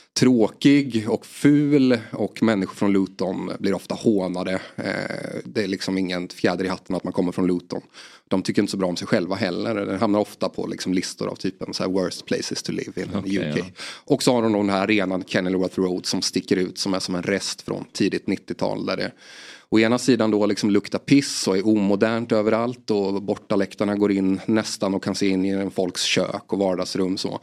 Speaker 10: tråkig och ful, och människor från Luton blir ofta hånade. Det är liksom ingen fjäder i hatten att man kommer från Luton. De tycker inte så bra om sig själva heller. Det hamnar ofta på liksom listor av typen så här worst places to live in okay, U K. Ja. Och så har de den här arenan Kenilworth Road som sticker ut, som är som en rest från tidigt nittiotal, där det å ena sidan då liksom luktar piss och är omodernt överallt, och bortaläktarna går in nästan och kan se in i en folks kök och vardagsrum så.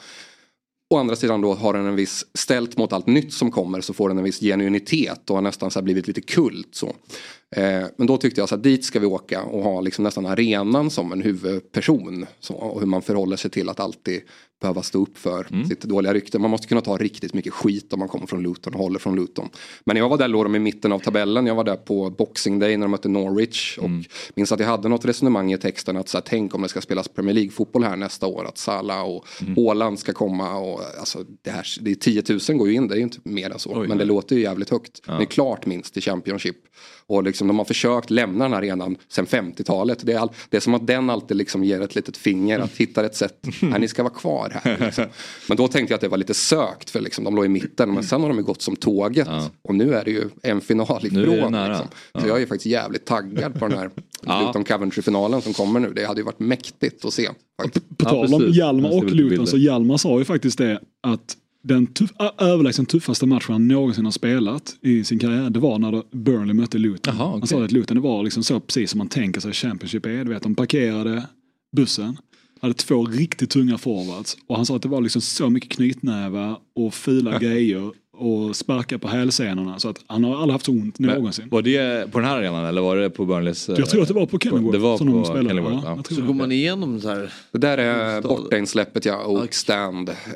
Speaker 10: Å andra sidan då har den en viss, ställt mot allt nytt som kommer, så får den en viss genuinitet och har nästan så här blivit lite kult så. Eh, men då tyckte jag så här, dit ska vi åka och ha liksom nästan arenan som en huvudperson så, och hur man förhåller sig till att alltid behöva stå upp för mm. sitt dåliga rykte. Man måste kunna ta riktigt mycket skit om man kommer från Luton och håller från Luton. Men jag var där, låg de i mitten av tabellen. Jag var där på Boxing Day när de mötte Norwich, och mm. minns att jag hade något resonemang i texten att så här, tänk om det ska spelas Premier League-fotboll här nästa år, att Salah och mm. Haaland ska komma, och alltså det här, det är tio tusen går ju in, det är ju inte mer än så. Oj, men det nej. låter ju jävligt högt. Ja. Det är klart minst i Championship. Och liksom de har försökt lämna den här arenan sedan femtiotalet. Det är, all, det är som att den alltid liksom ger ett litet finger att hitta ett sätt. Här, ni ska vara kvar här. Liksom. Men då tänkte jag att det var lite sökt, för liksom, de låg i mitten. Men sen har de ju gått som tåget. Ja. Och nu är det ju en final ifrån. Liksom. Ja. Så jag är ju faktiskt jävligt taggad på den här ja. Luton Coventry-finalen som kommer nu. Det hade ju varit mäktigt att se. Faktiskt.
Speaker 9: På tal om ja, Hjalmar och Luton, så Hjalmar sa ju faktiskt det att den tuff, överlägsen tuffaste matchen han någonsin har spelat i sin karriär, det var när Burnley mötte Luton. Aha, okay. Han sa att Luton, det var liksom så precis som man tänker sig Championship är. Du vet, de parkerade bussen, hade två riktigt tunga forwards, och han sa att det var liksom så mycket knytnäva och fula grejer och sparka på hälsenorna, så att han har aldrig haft så ont någonsin.
Speaker 1: Var det på den här arenan eller var det på Burnleys?
Speaker 9: Jag tror att det var på Kenilworth.
Speaker 1: Det var
Speaker 9: som
Speaker 1: på
Speaker 9: de spelade.
Speaker 1: Kenilworth, ja.
Speaker 3: Så går man igenom så här.
Speaker 10: Det där är bortainsläppet, ja, Oak Stand. Eh,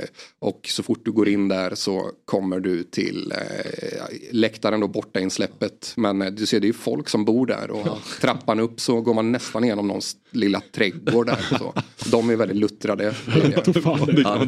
Speaker 10: och så fort du går in där så kommer du till eh, läktaren då, bortainsläppet. Men eh, du ser, det är ju folk som bor där, och trappan upp så går man nästan igenom någon lilla trädgård där. Och så. De är väldigt luttrade. ja,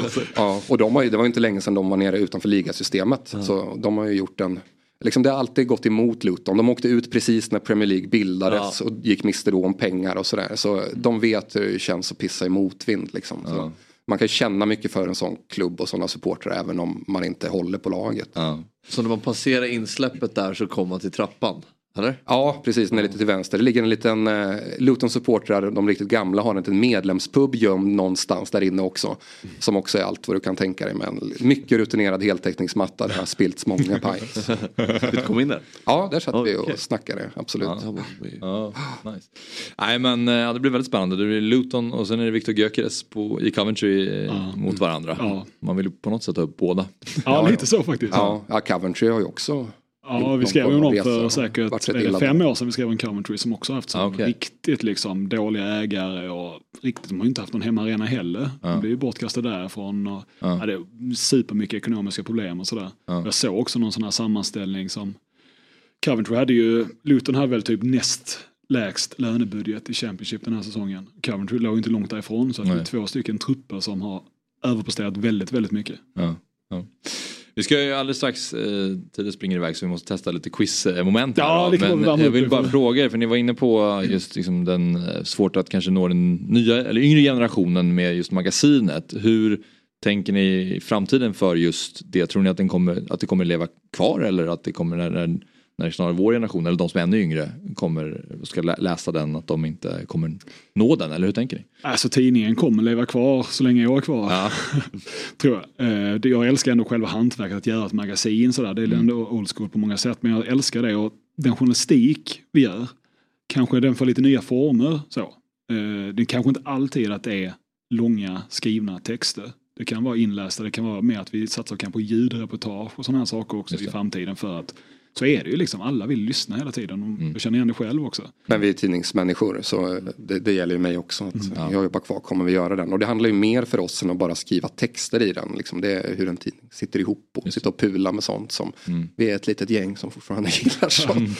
Speaker 10: ja, och de har ju, det var ju inte länge sedan de var nere utanför ligasystemet. Mm. Så de har ju gjort en... Liksom det har alltid gått emot Luton. De åkte ut precis när Premier League bildades ja. och gick miste då om pengar och sådär. Så de vet hur det känns att pissa i motvind. Liksom. Så ja. Man kan känna mycket för en sån klubb och sådana supportrar även om man inte håller på laget.
Speaker 3: Ja. Så när man passerar insläppet där så kommer man till trappan? Eller?
Speaker 10: Ja, precis. Den är lite till vänster. Det ligger en liten eh, Luton-supportrar, de riktigt gamla, har en liten medlemspub gömd någonstans där inne också. Mm. Som också är allt vad du kan tänka dig. Men mycket rutinerad heltäckningsmatta. Det har spillts många pints.
Speaker 3: Du kom in där?
Speaker 10: Ja, där satt okay. vi och snackade. Absolut.
Speaker 1: Ja, ja, nice. Nej, men ja, det blir väldigt spännande. Det blir Luton och sen är det Victor Gyökeres på, i Coventry ja. mot varandra. Ja. Man vill ju på något sätt ta upp båda.
Speaker 9: Ja, ja lite så faktiskt.
Speaker 10: Ja, ja, Coventry har ju också...
Speaker 9: Ja, vi skrev ju någon för säkert är det fem år sedan vi skrev en Coventry som också haft så ah, okay. riktigt liksom dåliga ägare och riktigt, de har ju inte haft någon hemmaarena heller. Ah. De blir ju bortkastade därifrån och ah. hade supermycket ekonomiska problem och sådär. Ah. Jag såg också någon sån här sammanställning som Coventry hade ju, Luton hade väl typ näst lägst lönebudget i Championship den här säsongen. Coventry låg inte långt därifrån så att det är två stycken trupper som har överpresterat väldigt, väldigt mycket.
Speaker 1: Ja, ja. Vi ska ju alldeles strax, eh, tiden springer iväg så vi måste testa lite quizmoment här. Ja, men jag vill bara fråga er, för ni var inne på just liksom den svårt att kanske nå den nya eller yngre generationen med just magasinet. Hur tänker ni i framtiden för just det? Tror ni att, den kommer, att det kommer leva kvar eller att det kommer när, när, när snarare vår generation eller de som är ännu yngre kommer, ska läsa den, att de inte kommer nå den, eller hur tänker ni?
Speaker 9: Alltså tidningen kommer leva kvar så länge jag är kvar. Ja. Tror jag. Jag älskar ändå själva hantverket att göra ett magasin sådär. Det är mm. ändå old school på många sätt, men jag älskar det, och den journalistik vi gör kanske den får lite nya former så. Det är kanske inte alltid att det är långa skrivna texter. Det kan vara inlästa, det kan vara mer att vi satsar kanske på ljudreportage och sådana här saker också i framtiden, för att så är det ju liksom, alla vill lyssna hela tiden och mm. jag känner igen det själv också.
Speaker 10: Men vi är tidningsmänniskor så det, det gäller ju mig också att mm. jag jobbar kvar, kommer vi göra den. Och det handlar ju mer för oss än att bara skriva texter i den. Liksom det är hur en tidning sitter ihop och Just sitter och pular med sånt som mm. vi är ett litet gäng som fortfarande gillar sånt.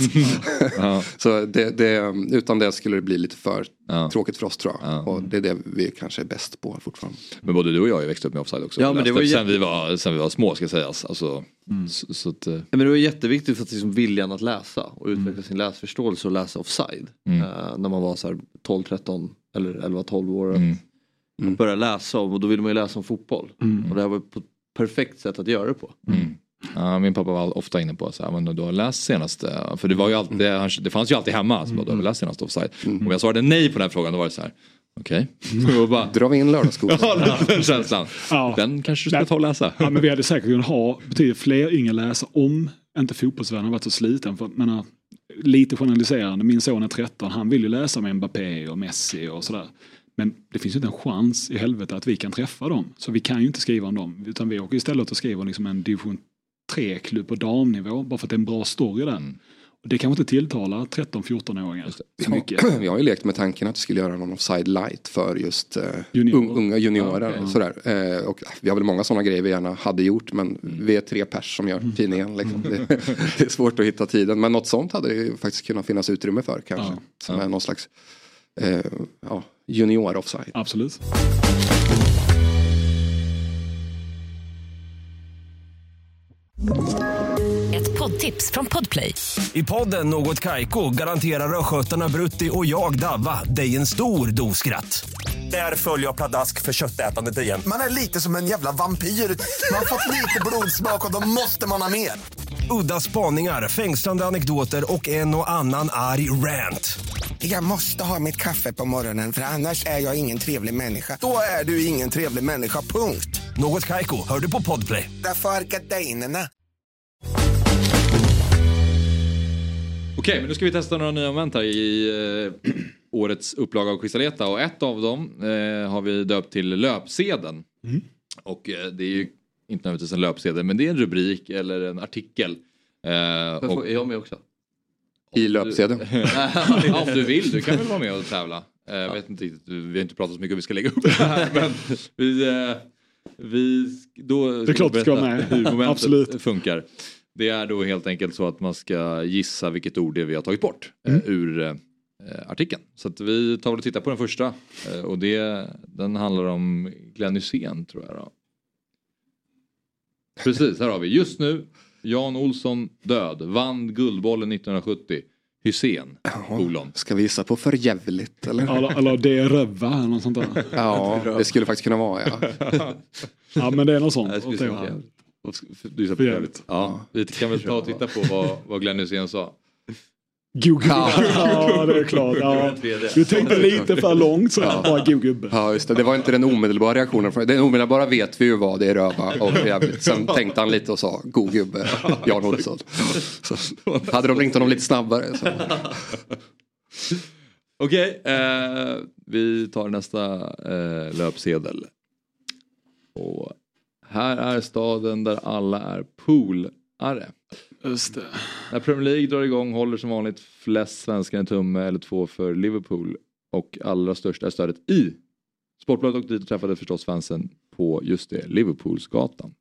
Speaker 10: ja. Så det, det, utan det skulle det bli lite för ja. tråkigt för oss tror jag. Ja. Och det är det vi kanske är bäst på fortfarande.
Speaker 1: Men både du och jag har ju växt upp med Offside också. Ja, men det var ju sen, vi var, sen vi var små ska sägas. Alltså, mm. så, så att,
Speaker 3: ja, men det var jätteviktigt för att liksom viljan att läsa och utveckla mm. sin läsförståelse och läsa Offside. Mm. Uh, när man var så här tolv tretton eller elva tolv år. Mm. Mm. Börja läsa om, och då ville man ju läsa om fotboll. Mm. Och det här var ett perfekt sätt att göra det på.
Speaker 1: Mm. Ja, min pappa var ofta inne på så här, men du har läst senaste, för det var ju alltid, det, det fanns ju alltid hemma, så mm. du har läst senaste Offside. Mm. Om jag svarade nej på den här frågan, då var det så här, okej. Okay. Bara...
Speaker 10: Drar vi in lördagsskolan?
Speaker 1: Ja, den känslan. Ja. Den kanske du ska ta och läsa.
Speaker 9: Ja, men vi hade säkert kunnat ha betydligt fler yngre läsare om inte fotbollsvärlden har varit så sliten. För, menar, lite journaliserande, min son är tretton, han vill ju läsa med Mbappé och Messi och sådär. Men det finns ju inte en chans i helvete att vi kan träffa dem. Så vi kan ju inte skriva om dem, utan vi åker istället och skriver liksom en division tre-klubb på damnivå, bara för att det är en bra story där. Mm. Och det kan inte tilltala tretton fjorton-åringar så mycket.
Speaker 10: Vi har ju lekt med tanken att vi skulle göra någon Offside Light för just uh, Junior. unga juniorer. Ja, okay. Sådär. Uh, och vi har väl många sådana grejer vi gärna hade gjort, men mm. vi är tre pers som gör mm. tidningen. Liksom. det, det är svårt att hitta tiden, men något sånt hade det ju faktiskt kunnat finnas utrymme för kanske. Ja. Som ja. är någon slags uh, ja, junior Offside.
Speaker 9: Absolut.
Speaker 5: Ett poddtips från Podplay.
Speaker 6: I podden Något Kaiko garanterar röskötarna Brutti och jag Davva dig en stor dos skratt. Där följer jag pladask för köttätandet igen.
Speaker 7: Man är lite som en jävla vampyr. Man har fått lite blodsmak och då måste man ha mer.
Speaker 6: Udda spaningar, fängslande anekdoter och en och annan arg rant.
Speaker 7: Jag måste ha mitt kaffe på morgonen, för annars är jag ingen trevlig människa. Då är du ingen trevlig människa, punkt.
Speaker 6: Något Kaiko, hör du på Podplay.
Speaker 7: Därför är gardinerna.
Speaker 1: Okej, men nu ska vi testa några nya moment här i eh, årets upplaga av Quizaleta. Och ett av dem eh, har vi döpt till löpsedeln. Mm. Och eh, det är ju inte nödvändigtvis en löpsedel, men det är en rubrik eller en artikel.
Speaker 3: Eh, och, är jag med också?
Speaker 10: I löpsedeln?
Speaker 1: Ja, om du vill, du kan väl vara med och tävla. Eh, jag vet inte riktigt, vi har inte pratat så mycket om vi ska lägga upp det här. Men vi, eh, vi då
Speaker 9: det är klart vi ska med.
Speaker 1: Hur momentet Absolut. funkar. Det är då helt enkelt så att man ska gissa vilket ord det är vi har tagit bort mm. uh, ur uh, eh, artikeln. Så att vi tar väl och tittar på den första. Eh, och det, den handlar om Glenn Hysén tror jag då. Precis, här har vi. Just nu, Jan Olsson död. Vann Guldbollen nittonhundrasjuttio. Hysén, kolon.
Speaker 10: Ska vi gissa på för jävligt eller?
Speaker 9: Eller, eller det är röva eller något sånt där.
Speaker 10: Ja, det skulle faktiskt kunna vara, ja.
Speaker 9: Ja, men det är något sånt.
Speaker 1: Jag skulle säga
Speaker 9: ja.
Speaker 1: Du sa på jävligt. Ja, vi kan väl ta och titta på vad, vad Glenn Hysén sa.
Speaker 9: God gubbe. Ja, det är klart. Ja. Du tänkte lite för långt så ja. Bara god gubbe.
Speaker 10: Ja, just det. Det var inte den omedelbara reaktionen. Den omedelbara vet vi ju vad det är röva och jävligt. Sen tänkte han lite och sa god gubbe, Jan Olsson. Så hade de ringt honom lite snabbare. Så.
Speaker 1: Okej, eh, vi tar nästa eh, löpsedel. Och här är staden där alla är poolare.
Speaker 9: Just det.
Speaker 1: När Premier League drar igång håller som vanligt flest svenskar en tumme eller två för Liverpool. Och allra största är stödet i Sportbladet och dit träffade förstås fansen på just det, Liverpoolsgatan.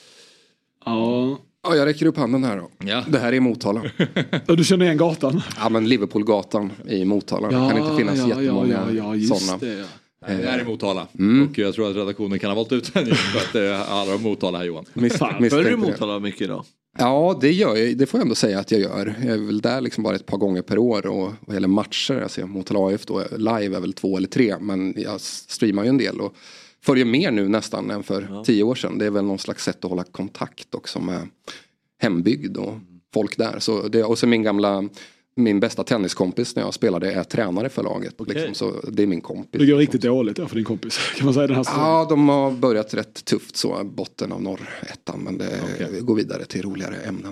Speaker 9: Ja.
Speaker 10: Ja, jag räcker upp handen här då.
Speaker 1: Ja.
Speaker 10: Det här är Motala.
Speaker 9: Ja, du känner igen gatan?
Speaker 10: Ja, men Liverpoolgatan i Motala.
Speaker 9: Ja,
Speaker 10: det kan inte finnas
Speaker 9: ja,
Speaker 10: jättemånga
Speaker 9: ja, ja,
Speaker 10: sådana.
Speaker 9: Det, ja.
Speaker 1: Nej, det här är Motala.
Speaker 10: Mm.
Speaker 1: Och jag tror att redaktionen kan ha valt ut den för att det handlar om Motala här, Johan.
Speaker 3: Följer du Motala mycket då?
Speaker 10: Ja, det gör jag. Det får jag ändå säga att jag gör. Jag är väl där liksom bara ett par gånger per år. Och vad gäller matcher, jag ser Motala A F då, live är väl två eller tre. Men jag streamar ju en del och följer mer nu nästan än för ja. tio år sedan. Det är väl någon slags sätt att hålla kontakt också med hembygd och folk där. Så det, och så min gamla... Min bästa tenniskompis när jag spelade är tränare för laget. Okay. Liksom, så det är min kompis.
Speaker 9: Det går riktigt dåligt ja, för din kompis. Kan man säga den här
Speaker 10: ja, de har börjat rätt tufft så. Botten av norrettan. Men det okay. går vidare till roligare ämnen.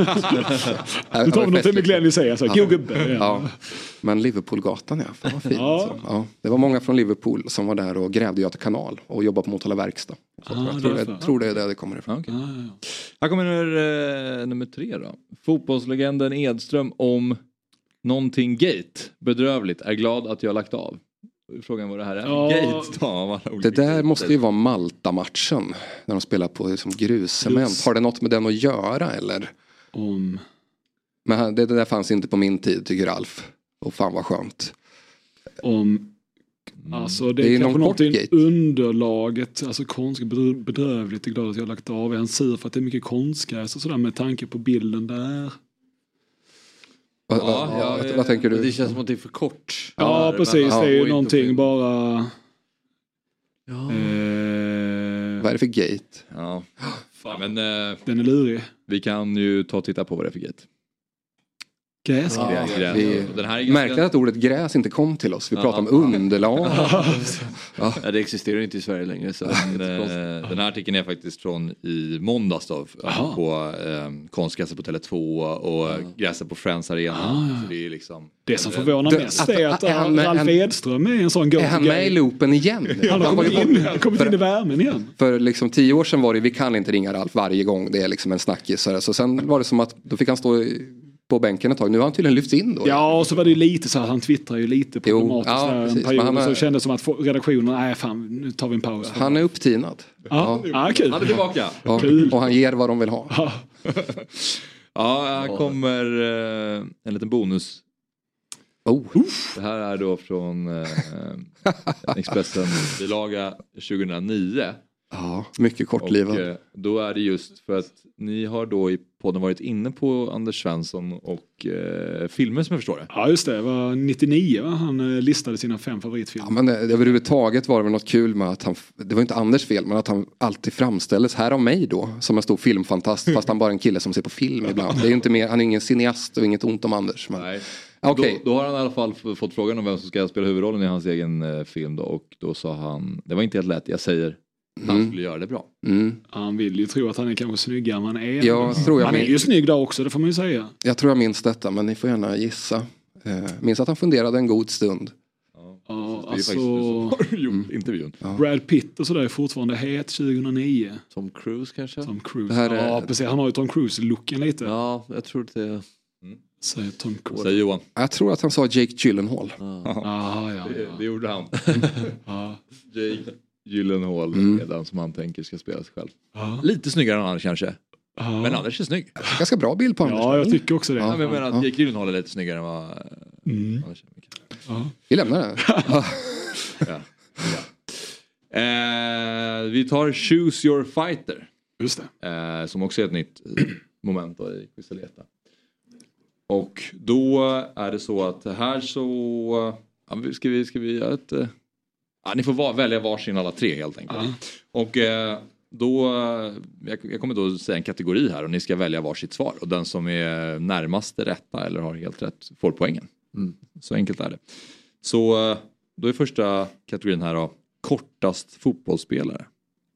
Speaker 9: Du tar något med Glenn i sig. Alltså.
Speaker 10: Ja.
Speaker 9: Gubbe. Ja.
Speaker 10: Ja. Men Liverpoolgatan, ja. Fan vad fint.
Speaker 9: Ja.
Speaker 10: Ja. Det var många från Liverpool som var där och grävde Göta kanal. Och jobbade på Motala verkstad. Så ah, jag, tror, jag tror det är där det kommer ifrån.
Speaker 1: Okay. Ah, ja. Här kommer nummer, eh, nummer tre då. Fotbollslegenden Edström om... Någonting gate, bedrövligt, är glad att jag har lagt av. Frågan vad det här är.
Speaker 9: Ja.
Speaker 1: Gate då,
Speaker 10: det där gater. Måste ju vara Malta-matchen. När de spelar på liksom, gruscement. Grus. Har det något med den att göra eller?
Speaker 9: Om.
Speaker 10: Men det, det där fanns inte på min tid tycker Alf. Och fan vad skönt.
Speaker 9: Om. Alltså det, det är, är kanske något i underlaget. Alltså konst, bedrövligt, är glad att jag har lagt av. Jag är sur för att det är mycket konstgräs och sådär med tanke på bilden där.
Speaker 10: Ja, ja, vad, vad tänker du?
Speaker 3: Det känns som att det är för kort.
Speaker 9: Ja,
Speaker 3: där,
Speaker 9: precis.
Speaker 3: Men,
Speaker 9: det är
Speaker 3: ja,
Speaker 9: ju någonting bara...
Speaker 10: Ja. Eh... Vad är det för gate?
Speaker 1: Ja, fan, men... Eh,
Speaker 9: Den är lurig.
Speaker 1: Vi kan ju ta och titta på vad det är för gate.
Speaker 9: Gräs.
Speaker 10: Ja,
Speaker 1: gräs, gräs.
Speaker 10: Vi
Speaker 1: Den här är
Speaker 10: märkte att ordet gräs inte kom till oss. Vi pratar om underlag.
Speaker 3: Ja. Ja, det existerar inte i Sverige längre. Så
Speaker 1: den, den här artikeln är faktiskt från i måndags då, på eh, konstgräset på Tele två och ja. gräset på Friends Arena.
Speaker 9: Ah,
Speaker 1: så det är liksom...
Speaker 9: Det som förvånar mest är att, att, att Ralf Edström är en sån
Speaker 10: go. Är han med i loopen igen?
Speaker 9: Han har kommit in, han kommit in i värmen igen.
Speaker 10: För liksom tio år sedan var det, vi kan inte ringa Ralf varje gång. Det är liksom en snackis. Så sen var det som att, då fick han stå på bänken ett tag. Nu har han tydligen lyfts in då.
Speaker 9: Ja, och så var det ju lite så att han twittrar ju lite problematiskt
Speaker 10: jo, ja,
Speaker 9: där en period. Han är... Så kändes som att redaktionen, nej fan, nu tar vi en paus.
Speaker 10: Han är upptinad.
Speaker 9: Ja, ja. ja kul.
Speaker 1: Han är tillbaka.
Speaker 10: Ja, och han ger vad de vill ha.
Speaker 9: Ja,
Speaker 1: ja här kommer eh, en liten bonus.
Speaker 10: Oh.
Speaker 1: Det här är då från eh, Expressen bilaga tjugohundranio.
Speaker 10: Ja, mycket kortlivad.
Speaker 1: Och då är det just för att ni har då i podden varit inne på Anders Svensson och eh, filmer som jag förstår det.
Speaker 9: Ja just det, det var nittionio va? Han eh, listade sina fem favoritfilmer.
Speaker 10: Ja men det, överhuvudtaget var det väl något kul med att han, det var inte Anders fel, men att han alltid framställdes här av mig då som en stor filmfantast fast han bara en kille som ser på film ibland. Det är ju inte mer, han är ingen cineast och inget ont om Anders. Men...
Speaker 1: Nej.
Speaker 10: Okay.
Speaker 1: Då, då har han i alla fall fått frågan om vem som ska spela huvudrollen i hans egen eh, film då, och då sa han, det var inte helt lätt, jag säger han
Speaker 10: mm.
Speaker 1: skulle göra det bra.
Speaker 10: Mm.
Speaker 9: Han vill ju tro att han är kanske snyggare än han är.
Speaker 10: Jag tror jag
Speaker 9: han
Speaker 10: min...
Speaker 9: är ju snygg där också, det får man ju säga.
Speaker 10: Jag tror jag minns detta, men ni får gärna gissa. Eh, minns att han funderade en god stund.
Speaker 1: Ja,
Speaker 9: ja
Speaker 1: det är
Speaker 9: alltså...
Speaker 1: faktiskt mm. intervjun.
Speaker 9: Ja. Brad Pitt och sådär är fortfarande het tjugohundraio.
Speaker 3: Tom Cruise kanske?
Speaker 9: Tom Cruise,
Speaker 10: det här är...
Speaker 9: ja precis. Han har ju Tom Cruise-looken lite.
Speaker 3: Ja, jag tror det är...
Speaker 1: Mm.
Speaker 9: Säger Tom Cruise.
Speaker 1: Säger Johan.
Speaker 10: Jag tror att han sa Jake Gyllenhaal.
Speaker 9: Ah. Ah, ja,
Speaker 1: det,
Speaker 9: ja.
Speaker 1: det gjorde han.
Speaker 9: ah.
Speaker 1: Jake Gyllenhaal
Speaker 10: mm.
Speaker 1: är den som han tänker ska spela sig själv.
Speaker 9: Ah.
Speaker 1: Lite snyggare än Anders kanske.
Speaker 9: Ah.
Speaker 1: Men Anders är snygg.
Speaker 10: Ganska bra bild på Anders.
Speaker 9: Ja, jag tycker också det.
Speaker 1: Ja, men jag menar att Jake Gyllenhaal är lite snyggare än vad
Speaker 9: mm.
Speaker 1: Anders är.
Speaker 10: Ja. Vi lämnar det.
Speaker 1: ja. Ja. Eh, vi tar Choose Your Fighter.
Speaker 9: Just det.
Speaker 1: Eh, som också är ett nytt moment då i Quizaleta. Och då är det så att här så... Ja, ska, vi, ska vi göra ett... Ja, ni får va- välja varsin alla tre helt enkelt. Uh-huh. Och eh, då... Jag, jag kommer då säga en kategori här och ni ska välja varsitt svar. Och den som är närmast rätta eller har helt rätt får poängen. Mm. Så enkelt är det. Så då är första kategorin här då. Kortast fotbollsspelare.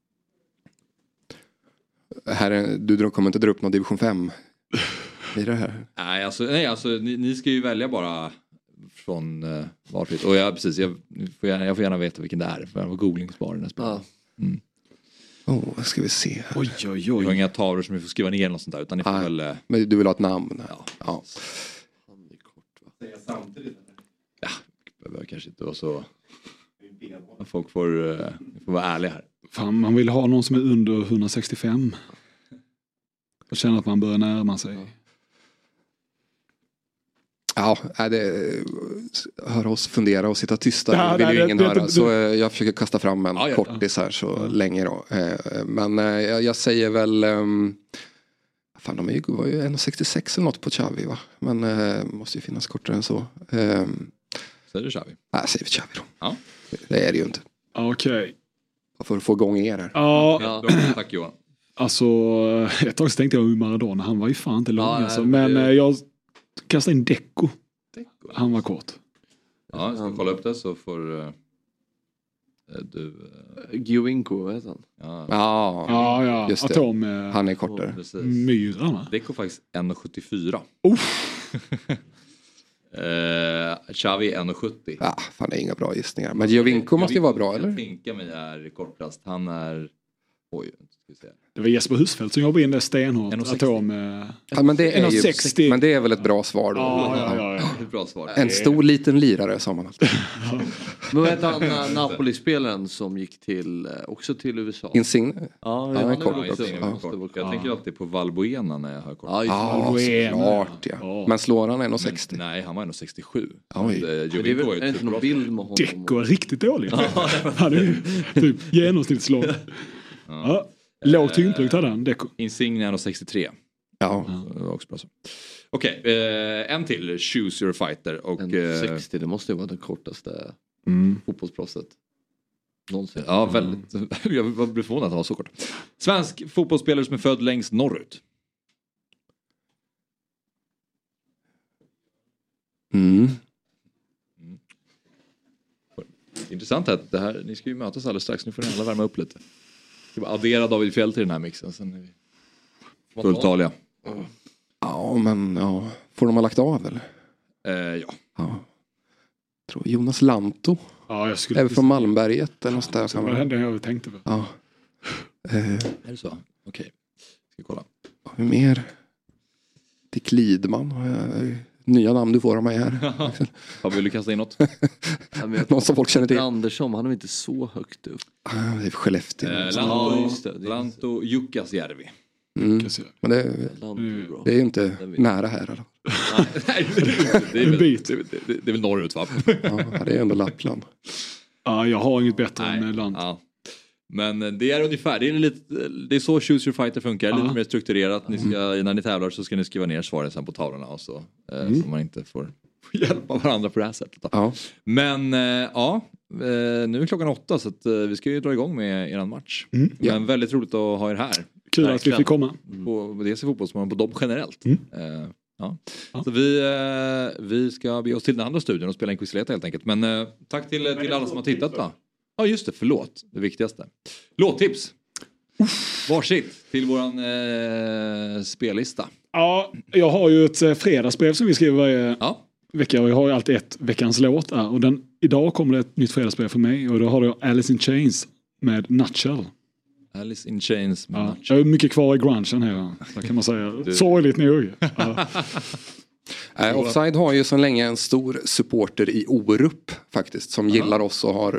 Speaker 10: Här är, du kommer inte dra upp någon division fem i det här.
Speaker 1: Nej, alltså, nej, alltså ni, ni ska ju välja bara från uh, varför. Och jag, precis, jag får, gärna, jag får gärna veta vilken det är. För jag var googlingsbar i nästa.
Speaker 10: Ja. Mm. Oh, vad ska vi se?
Speaker 9: Oj, oj, oj.
Speaker 1: Vi har inga tavlor som vi får skriva ner något sånt där. Utan ni får ah, väl...
Speaker 10: Men du vill ha ett namn? Ja. Ja.
Speaker 1: Han är kort, va? Säga samtidigt? Ja, det behöver kanske inte vara så... Folk får, uh, får vara ärliga här.
Speaker 9: Fan, man vill ha någon som är under hundrasextiofem. Och känna att man börjar närma sig.
Speaker 10: Ja, det, höra oss fundera och sitta tysta.
Speaker 9: Ja,
Speaker 10: det vill
Speaker 9: nej,
Speaker 10: ju ingen
Speaker 9: det,
Speaker 10: höra.
Speaker 9: det, det,
Speaker 10: så jag försöker kasta fram en
Speaker 1: ja, ja,
Speaker 10: kortis här så
Speaker 9: ja.
Speaker 10: länge då. Men jag, jag säger väl... Um, fan, de är ju, var ju en komma sextiosex eller något på Xavi, va? Men uh, måste ju finnas kortare än så. Um,
Speaker 1: säger du Xavi?
Speaker 10: Nej, säger vi Xavi då.
Speaker 1: Ja.
Speaker 10: Det är det ju inte.
Speaker 9: Okej. Okay.
Speaker 10: För att få igång er här.
Speaker 9: Ja.
Speaker 1: Ja. Tack Johan.
Speaker 9: Alltså, ett tag så tänkte jag Maradona. Han var ju fan inte lång. Ja, alltså. Men
Speaker 1: det...
Speaker 9: jag kastade in Deco.
Speaker 1: Deco.
Speaker 9: Han var kort.
Speaker 1: Ja, jag ska kolla upp det så får uh, du... Uh...
Speaker 3: Giovinco, vet han?
Speaker 1: Ja,
Speaker 10: ja,
Speaker 9: ja, ja.
Speaker 10: just det.
Speaker 9: Atom, uh...
Speaker 10: han är kortare.
Speaker 1: Oh,
Speaker 9: Myrarna.
Speaker 1: Deco faktiskt en komma sjuttiofyra.
Speaker 9: Oh.
Speaker 1: Uh, Xavi en komma sjuttio.
Speaker 10: Ja, fan, det är inga bra gissningar. Men Giovinco måste ju vara bra, eller?
Speaker 1: Finka mig är kortast. Han är... Oj, ska vi se.
Speaker 9: Det var Jesper Husfeldt som jobbade in det stenhårt. Atom, uh...
Speaker 10: ja, men det är
Speaker 9: en komma sextio.
Speaker 10: Ju, men det är väl ett bra svar då.
Speaker 9: Ja, ja, ja, ja.
Speaker 1: Ett bra svar.
Speaker 10: En stor liten lirare sa man alltid.
Speaker 3: Men vet han Napoli-spelaren som gick till också till U S A?
Speaker 10: Insigne?
Speaker 3: Ja,
Speaker 10: ja,
Speaker 3: han
Speaker 10: är kort
Speaker 1: ja,
Speaker 10: också.
Speaker 1: Ja. Jag ja. tänker alltid på Valbuena när jag hör kort.
Speaker 10: Ja, ja klart ja. ja. Men slår han en komma sextio?
Speaker 1: Men, nej, han var en komma sextiosju.
Speaker 3: Oj. Det är inte någon bild med honom.
Speaker 9: Deco är riktigt dåligt. Han är typ genomsnittslång. Ja. Låg tyngdpunkt hade han, Deco.
Speaker 1: Insigne en komma sextiotre.
Speaker 10: Ja.
Speaker 1: Det var också bra så. Okej, okay, eh, en till. Choose your fighter. Och,
Speaker 3: en komma sextio, det måste ju vara det kortaste
Speaker 9: mm.
Speaker 3: fotbollsproffset någonsin.
Speaker 1: Ja, väldigt. Jag var förvånad att han var så kort. Svensk fotbollsspelare som är född längst norrut.
Speaker 10: Mm.
Speaker 1: Mm. Intressant att det här, ni ska ju mötas alldeles strax. Nu får ni alla värma upp lite. Ska bara addera David Fjäll till den här mixen. Sen är vi fulltaliga.
Speaker 10: Mm. Ja, men ja. Får de ha lagt av eller?
Speaker 1: Eh, ja.
Speaker 10: ja. Tror Jonas Lanto.
Speaker 9: Ja, jag skulle...
Speaker 10: Är från Malmberget eller något där.
Speaker 9: Det var det jag tänkte på.
Speaker 10: Ja.
Speaker 1: Eh. Är det så? Okej. Okay. Ska kolla.
Speaker 10: Hur mer? Dick Lidman. Nya namn du får av mig här.
Speaker 1: Vad vill du kasta in något?
Speaker 10: Någon som folk känner till.
Speaker 3: Andersson, han är inte så högt upp.
Speaker 10: Ah, det är Skellefteå.
Speaker 1: Eh, Lanto, ja, Lanto Jukkasjärvi.
Speaker 10: Mm. Men det, det är ju inte nära här. Eller?
Speaker 1: Nej, det, är, det, är väl, det, är, det, är, det är väl norrut, va?
Speaker 10: Ja, det är ändå Lappland.
Speaker 9: Ja, jag har inget bättre
Speaker 1: Nej,
Speaker 9: än land.
Speaker 1: Ja. Men det är ungefär, det är, lite, det är så Choose Your Fighter funkar, ja. Lite mer strukturerat. Ni ska, när ni tävlar så ska ni skriva ner svaren sen på tavlorna och så, mm. så man inte får hjälpa varandra på det här sättet.
Speaker 10: Ja.
Speaker 1: Men ja, nu är klockan åtta så att vi ska ju dra igång med eran match.
Speaker 9: Mm.
Speaker 1: Men ja. Väldigt roligt att ha er här.
Speaker 9: Kul att vi fick komma.
Speaker 1: På dels i fotbollsmålen, på dem generellt.
Speaker 9: Mm.
Speaker 1: Uh, ja. Ja. Så vi, uh, vi ska be oss till den andra studion och spela en quizleta helt enkelt. Men uh, tack till, till alla som har tittat då. Ja just det, förlåt. Det viktigaste. Låttips. Varsitt till våran uh, spellista.
Speaker 9: Ja, jag har ju ett fredagsbrev som vi skriver varje
Speaker 1: ja.
Speaker 9: vecka. Och jag har ju alltid ett veckans låt där. Och den, idag kommer det ett nytt fredagsbrev för mig. Och då har jag Alice in Chains med Nutshell.
Speaker 1: Alice in Chains med
Speaker 9: ja,
Speaker 1: Nutshell.
Speaker 9: Jag är mycket kvar i grungen här. Så kan man säga. Du... Sorgligt nog. Ja.
Speaker 10: äh, Offside har ju så länge en stor supporter i Orup faktiskt. Som Aha. gillar oss och har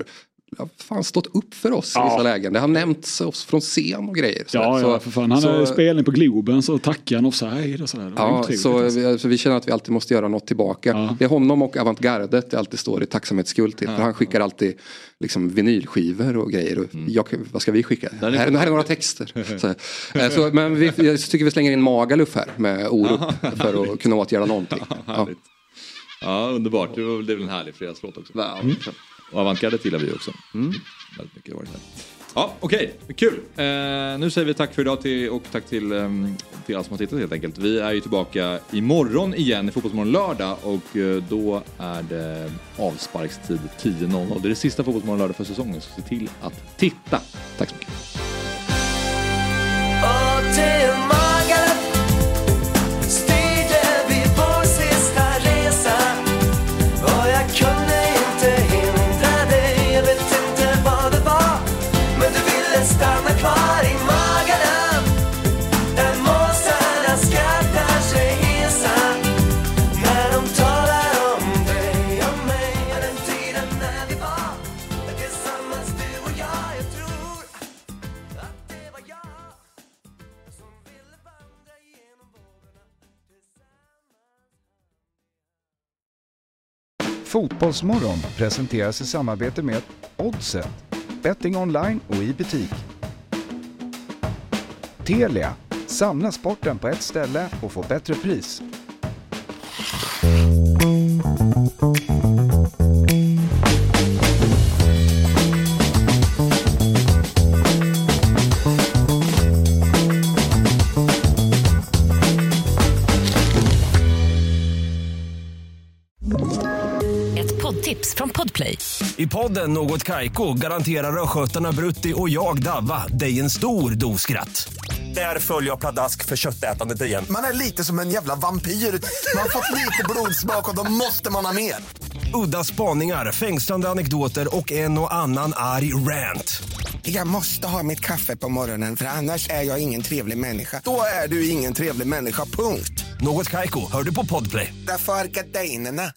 Speaker 10: har fan stått upp för oss ja. i vissa lägen. Det har nämnts oss från scen och grejer. Så
Speaker 9: ja,
Speaker 10: så,
Speaker 9: ja, för fan. Han har spelning på Globen så tackar han offside och sådär.
Speaker 10: Ja, så vi, så vi känner att vi alltid måste göra något tillbaka. Ja. Det är honom och avantgardet det alltid står i tacksamhetsskuld till. Ja. För han skickar alltid liksom vinylskivor och grejer. Och mm. jag, vad ska vi skicka? Här, här är några texter. så, så, men vi, jag tycker vi slänger in Magaluf här med Orup för att kunna åtgärda någonting.
Speaker 1: Ja. Ja, underbart. Det är väl en härlig fredagslåt också. Mm. Och avantgardet gillar vi också. Mm. Väldigt mycket var det här. Ja, okej. Okay. Kul. Eh, nu säger vi tack för idag till, och tack till, um, till alla som har tittat helt enkelt. Vi är ju tillbaka imorgon igen i Fotbollsmorgon lördag och uh, då är det avsparkstid tio noll noll. Det är det sista Fotbollsmorgon lördag för säsongen, så se till att titta. Tack så mycket.
Speaker 11: Stanna kvar i Magaluf, där måsarna skrattar sig hesa när de talar om dig och mig och den tiden när vi var tillsammans, du och jag. Jag tror att det var jag som ville vandra genom vågorna tillsammans.
Speaker 2: Fotbollsmorgon presenteras i samarbete med Oddset. Betting online och i butik. Telia. Samla sporten på ett ställe och få bättre pris.
Speaker 5: Ett poddtips från Podplay.
Speaker 6: I podden Något Kaiko garanterar röskötarna Brutti och jag Davva dig en stor doskratt. Där följer jag pladask för köttätandet igen.
Speaker 7: Man är lite som en jävla vampyr. Man har fått lite blodsmak och då måste man ha mer.
Speaker 6: Udda spaningar, fängslande anekdoter och en och annan arg rant.
Speaker 7: Jag måste ha mitt kaffe på morgonen för annars är jag ingen trevlig människa. Då är du ingen trevlig människa, punkt.
Speaker 6: Något Kaiko, hör du på Podplay.
Speaker 7: Därför är gardinerna.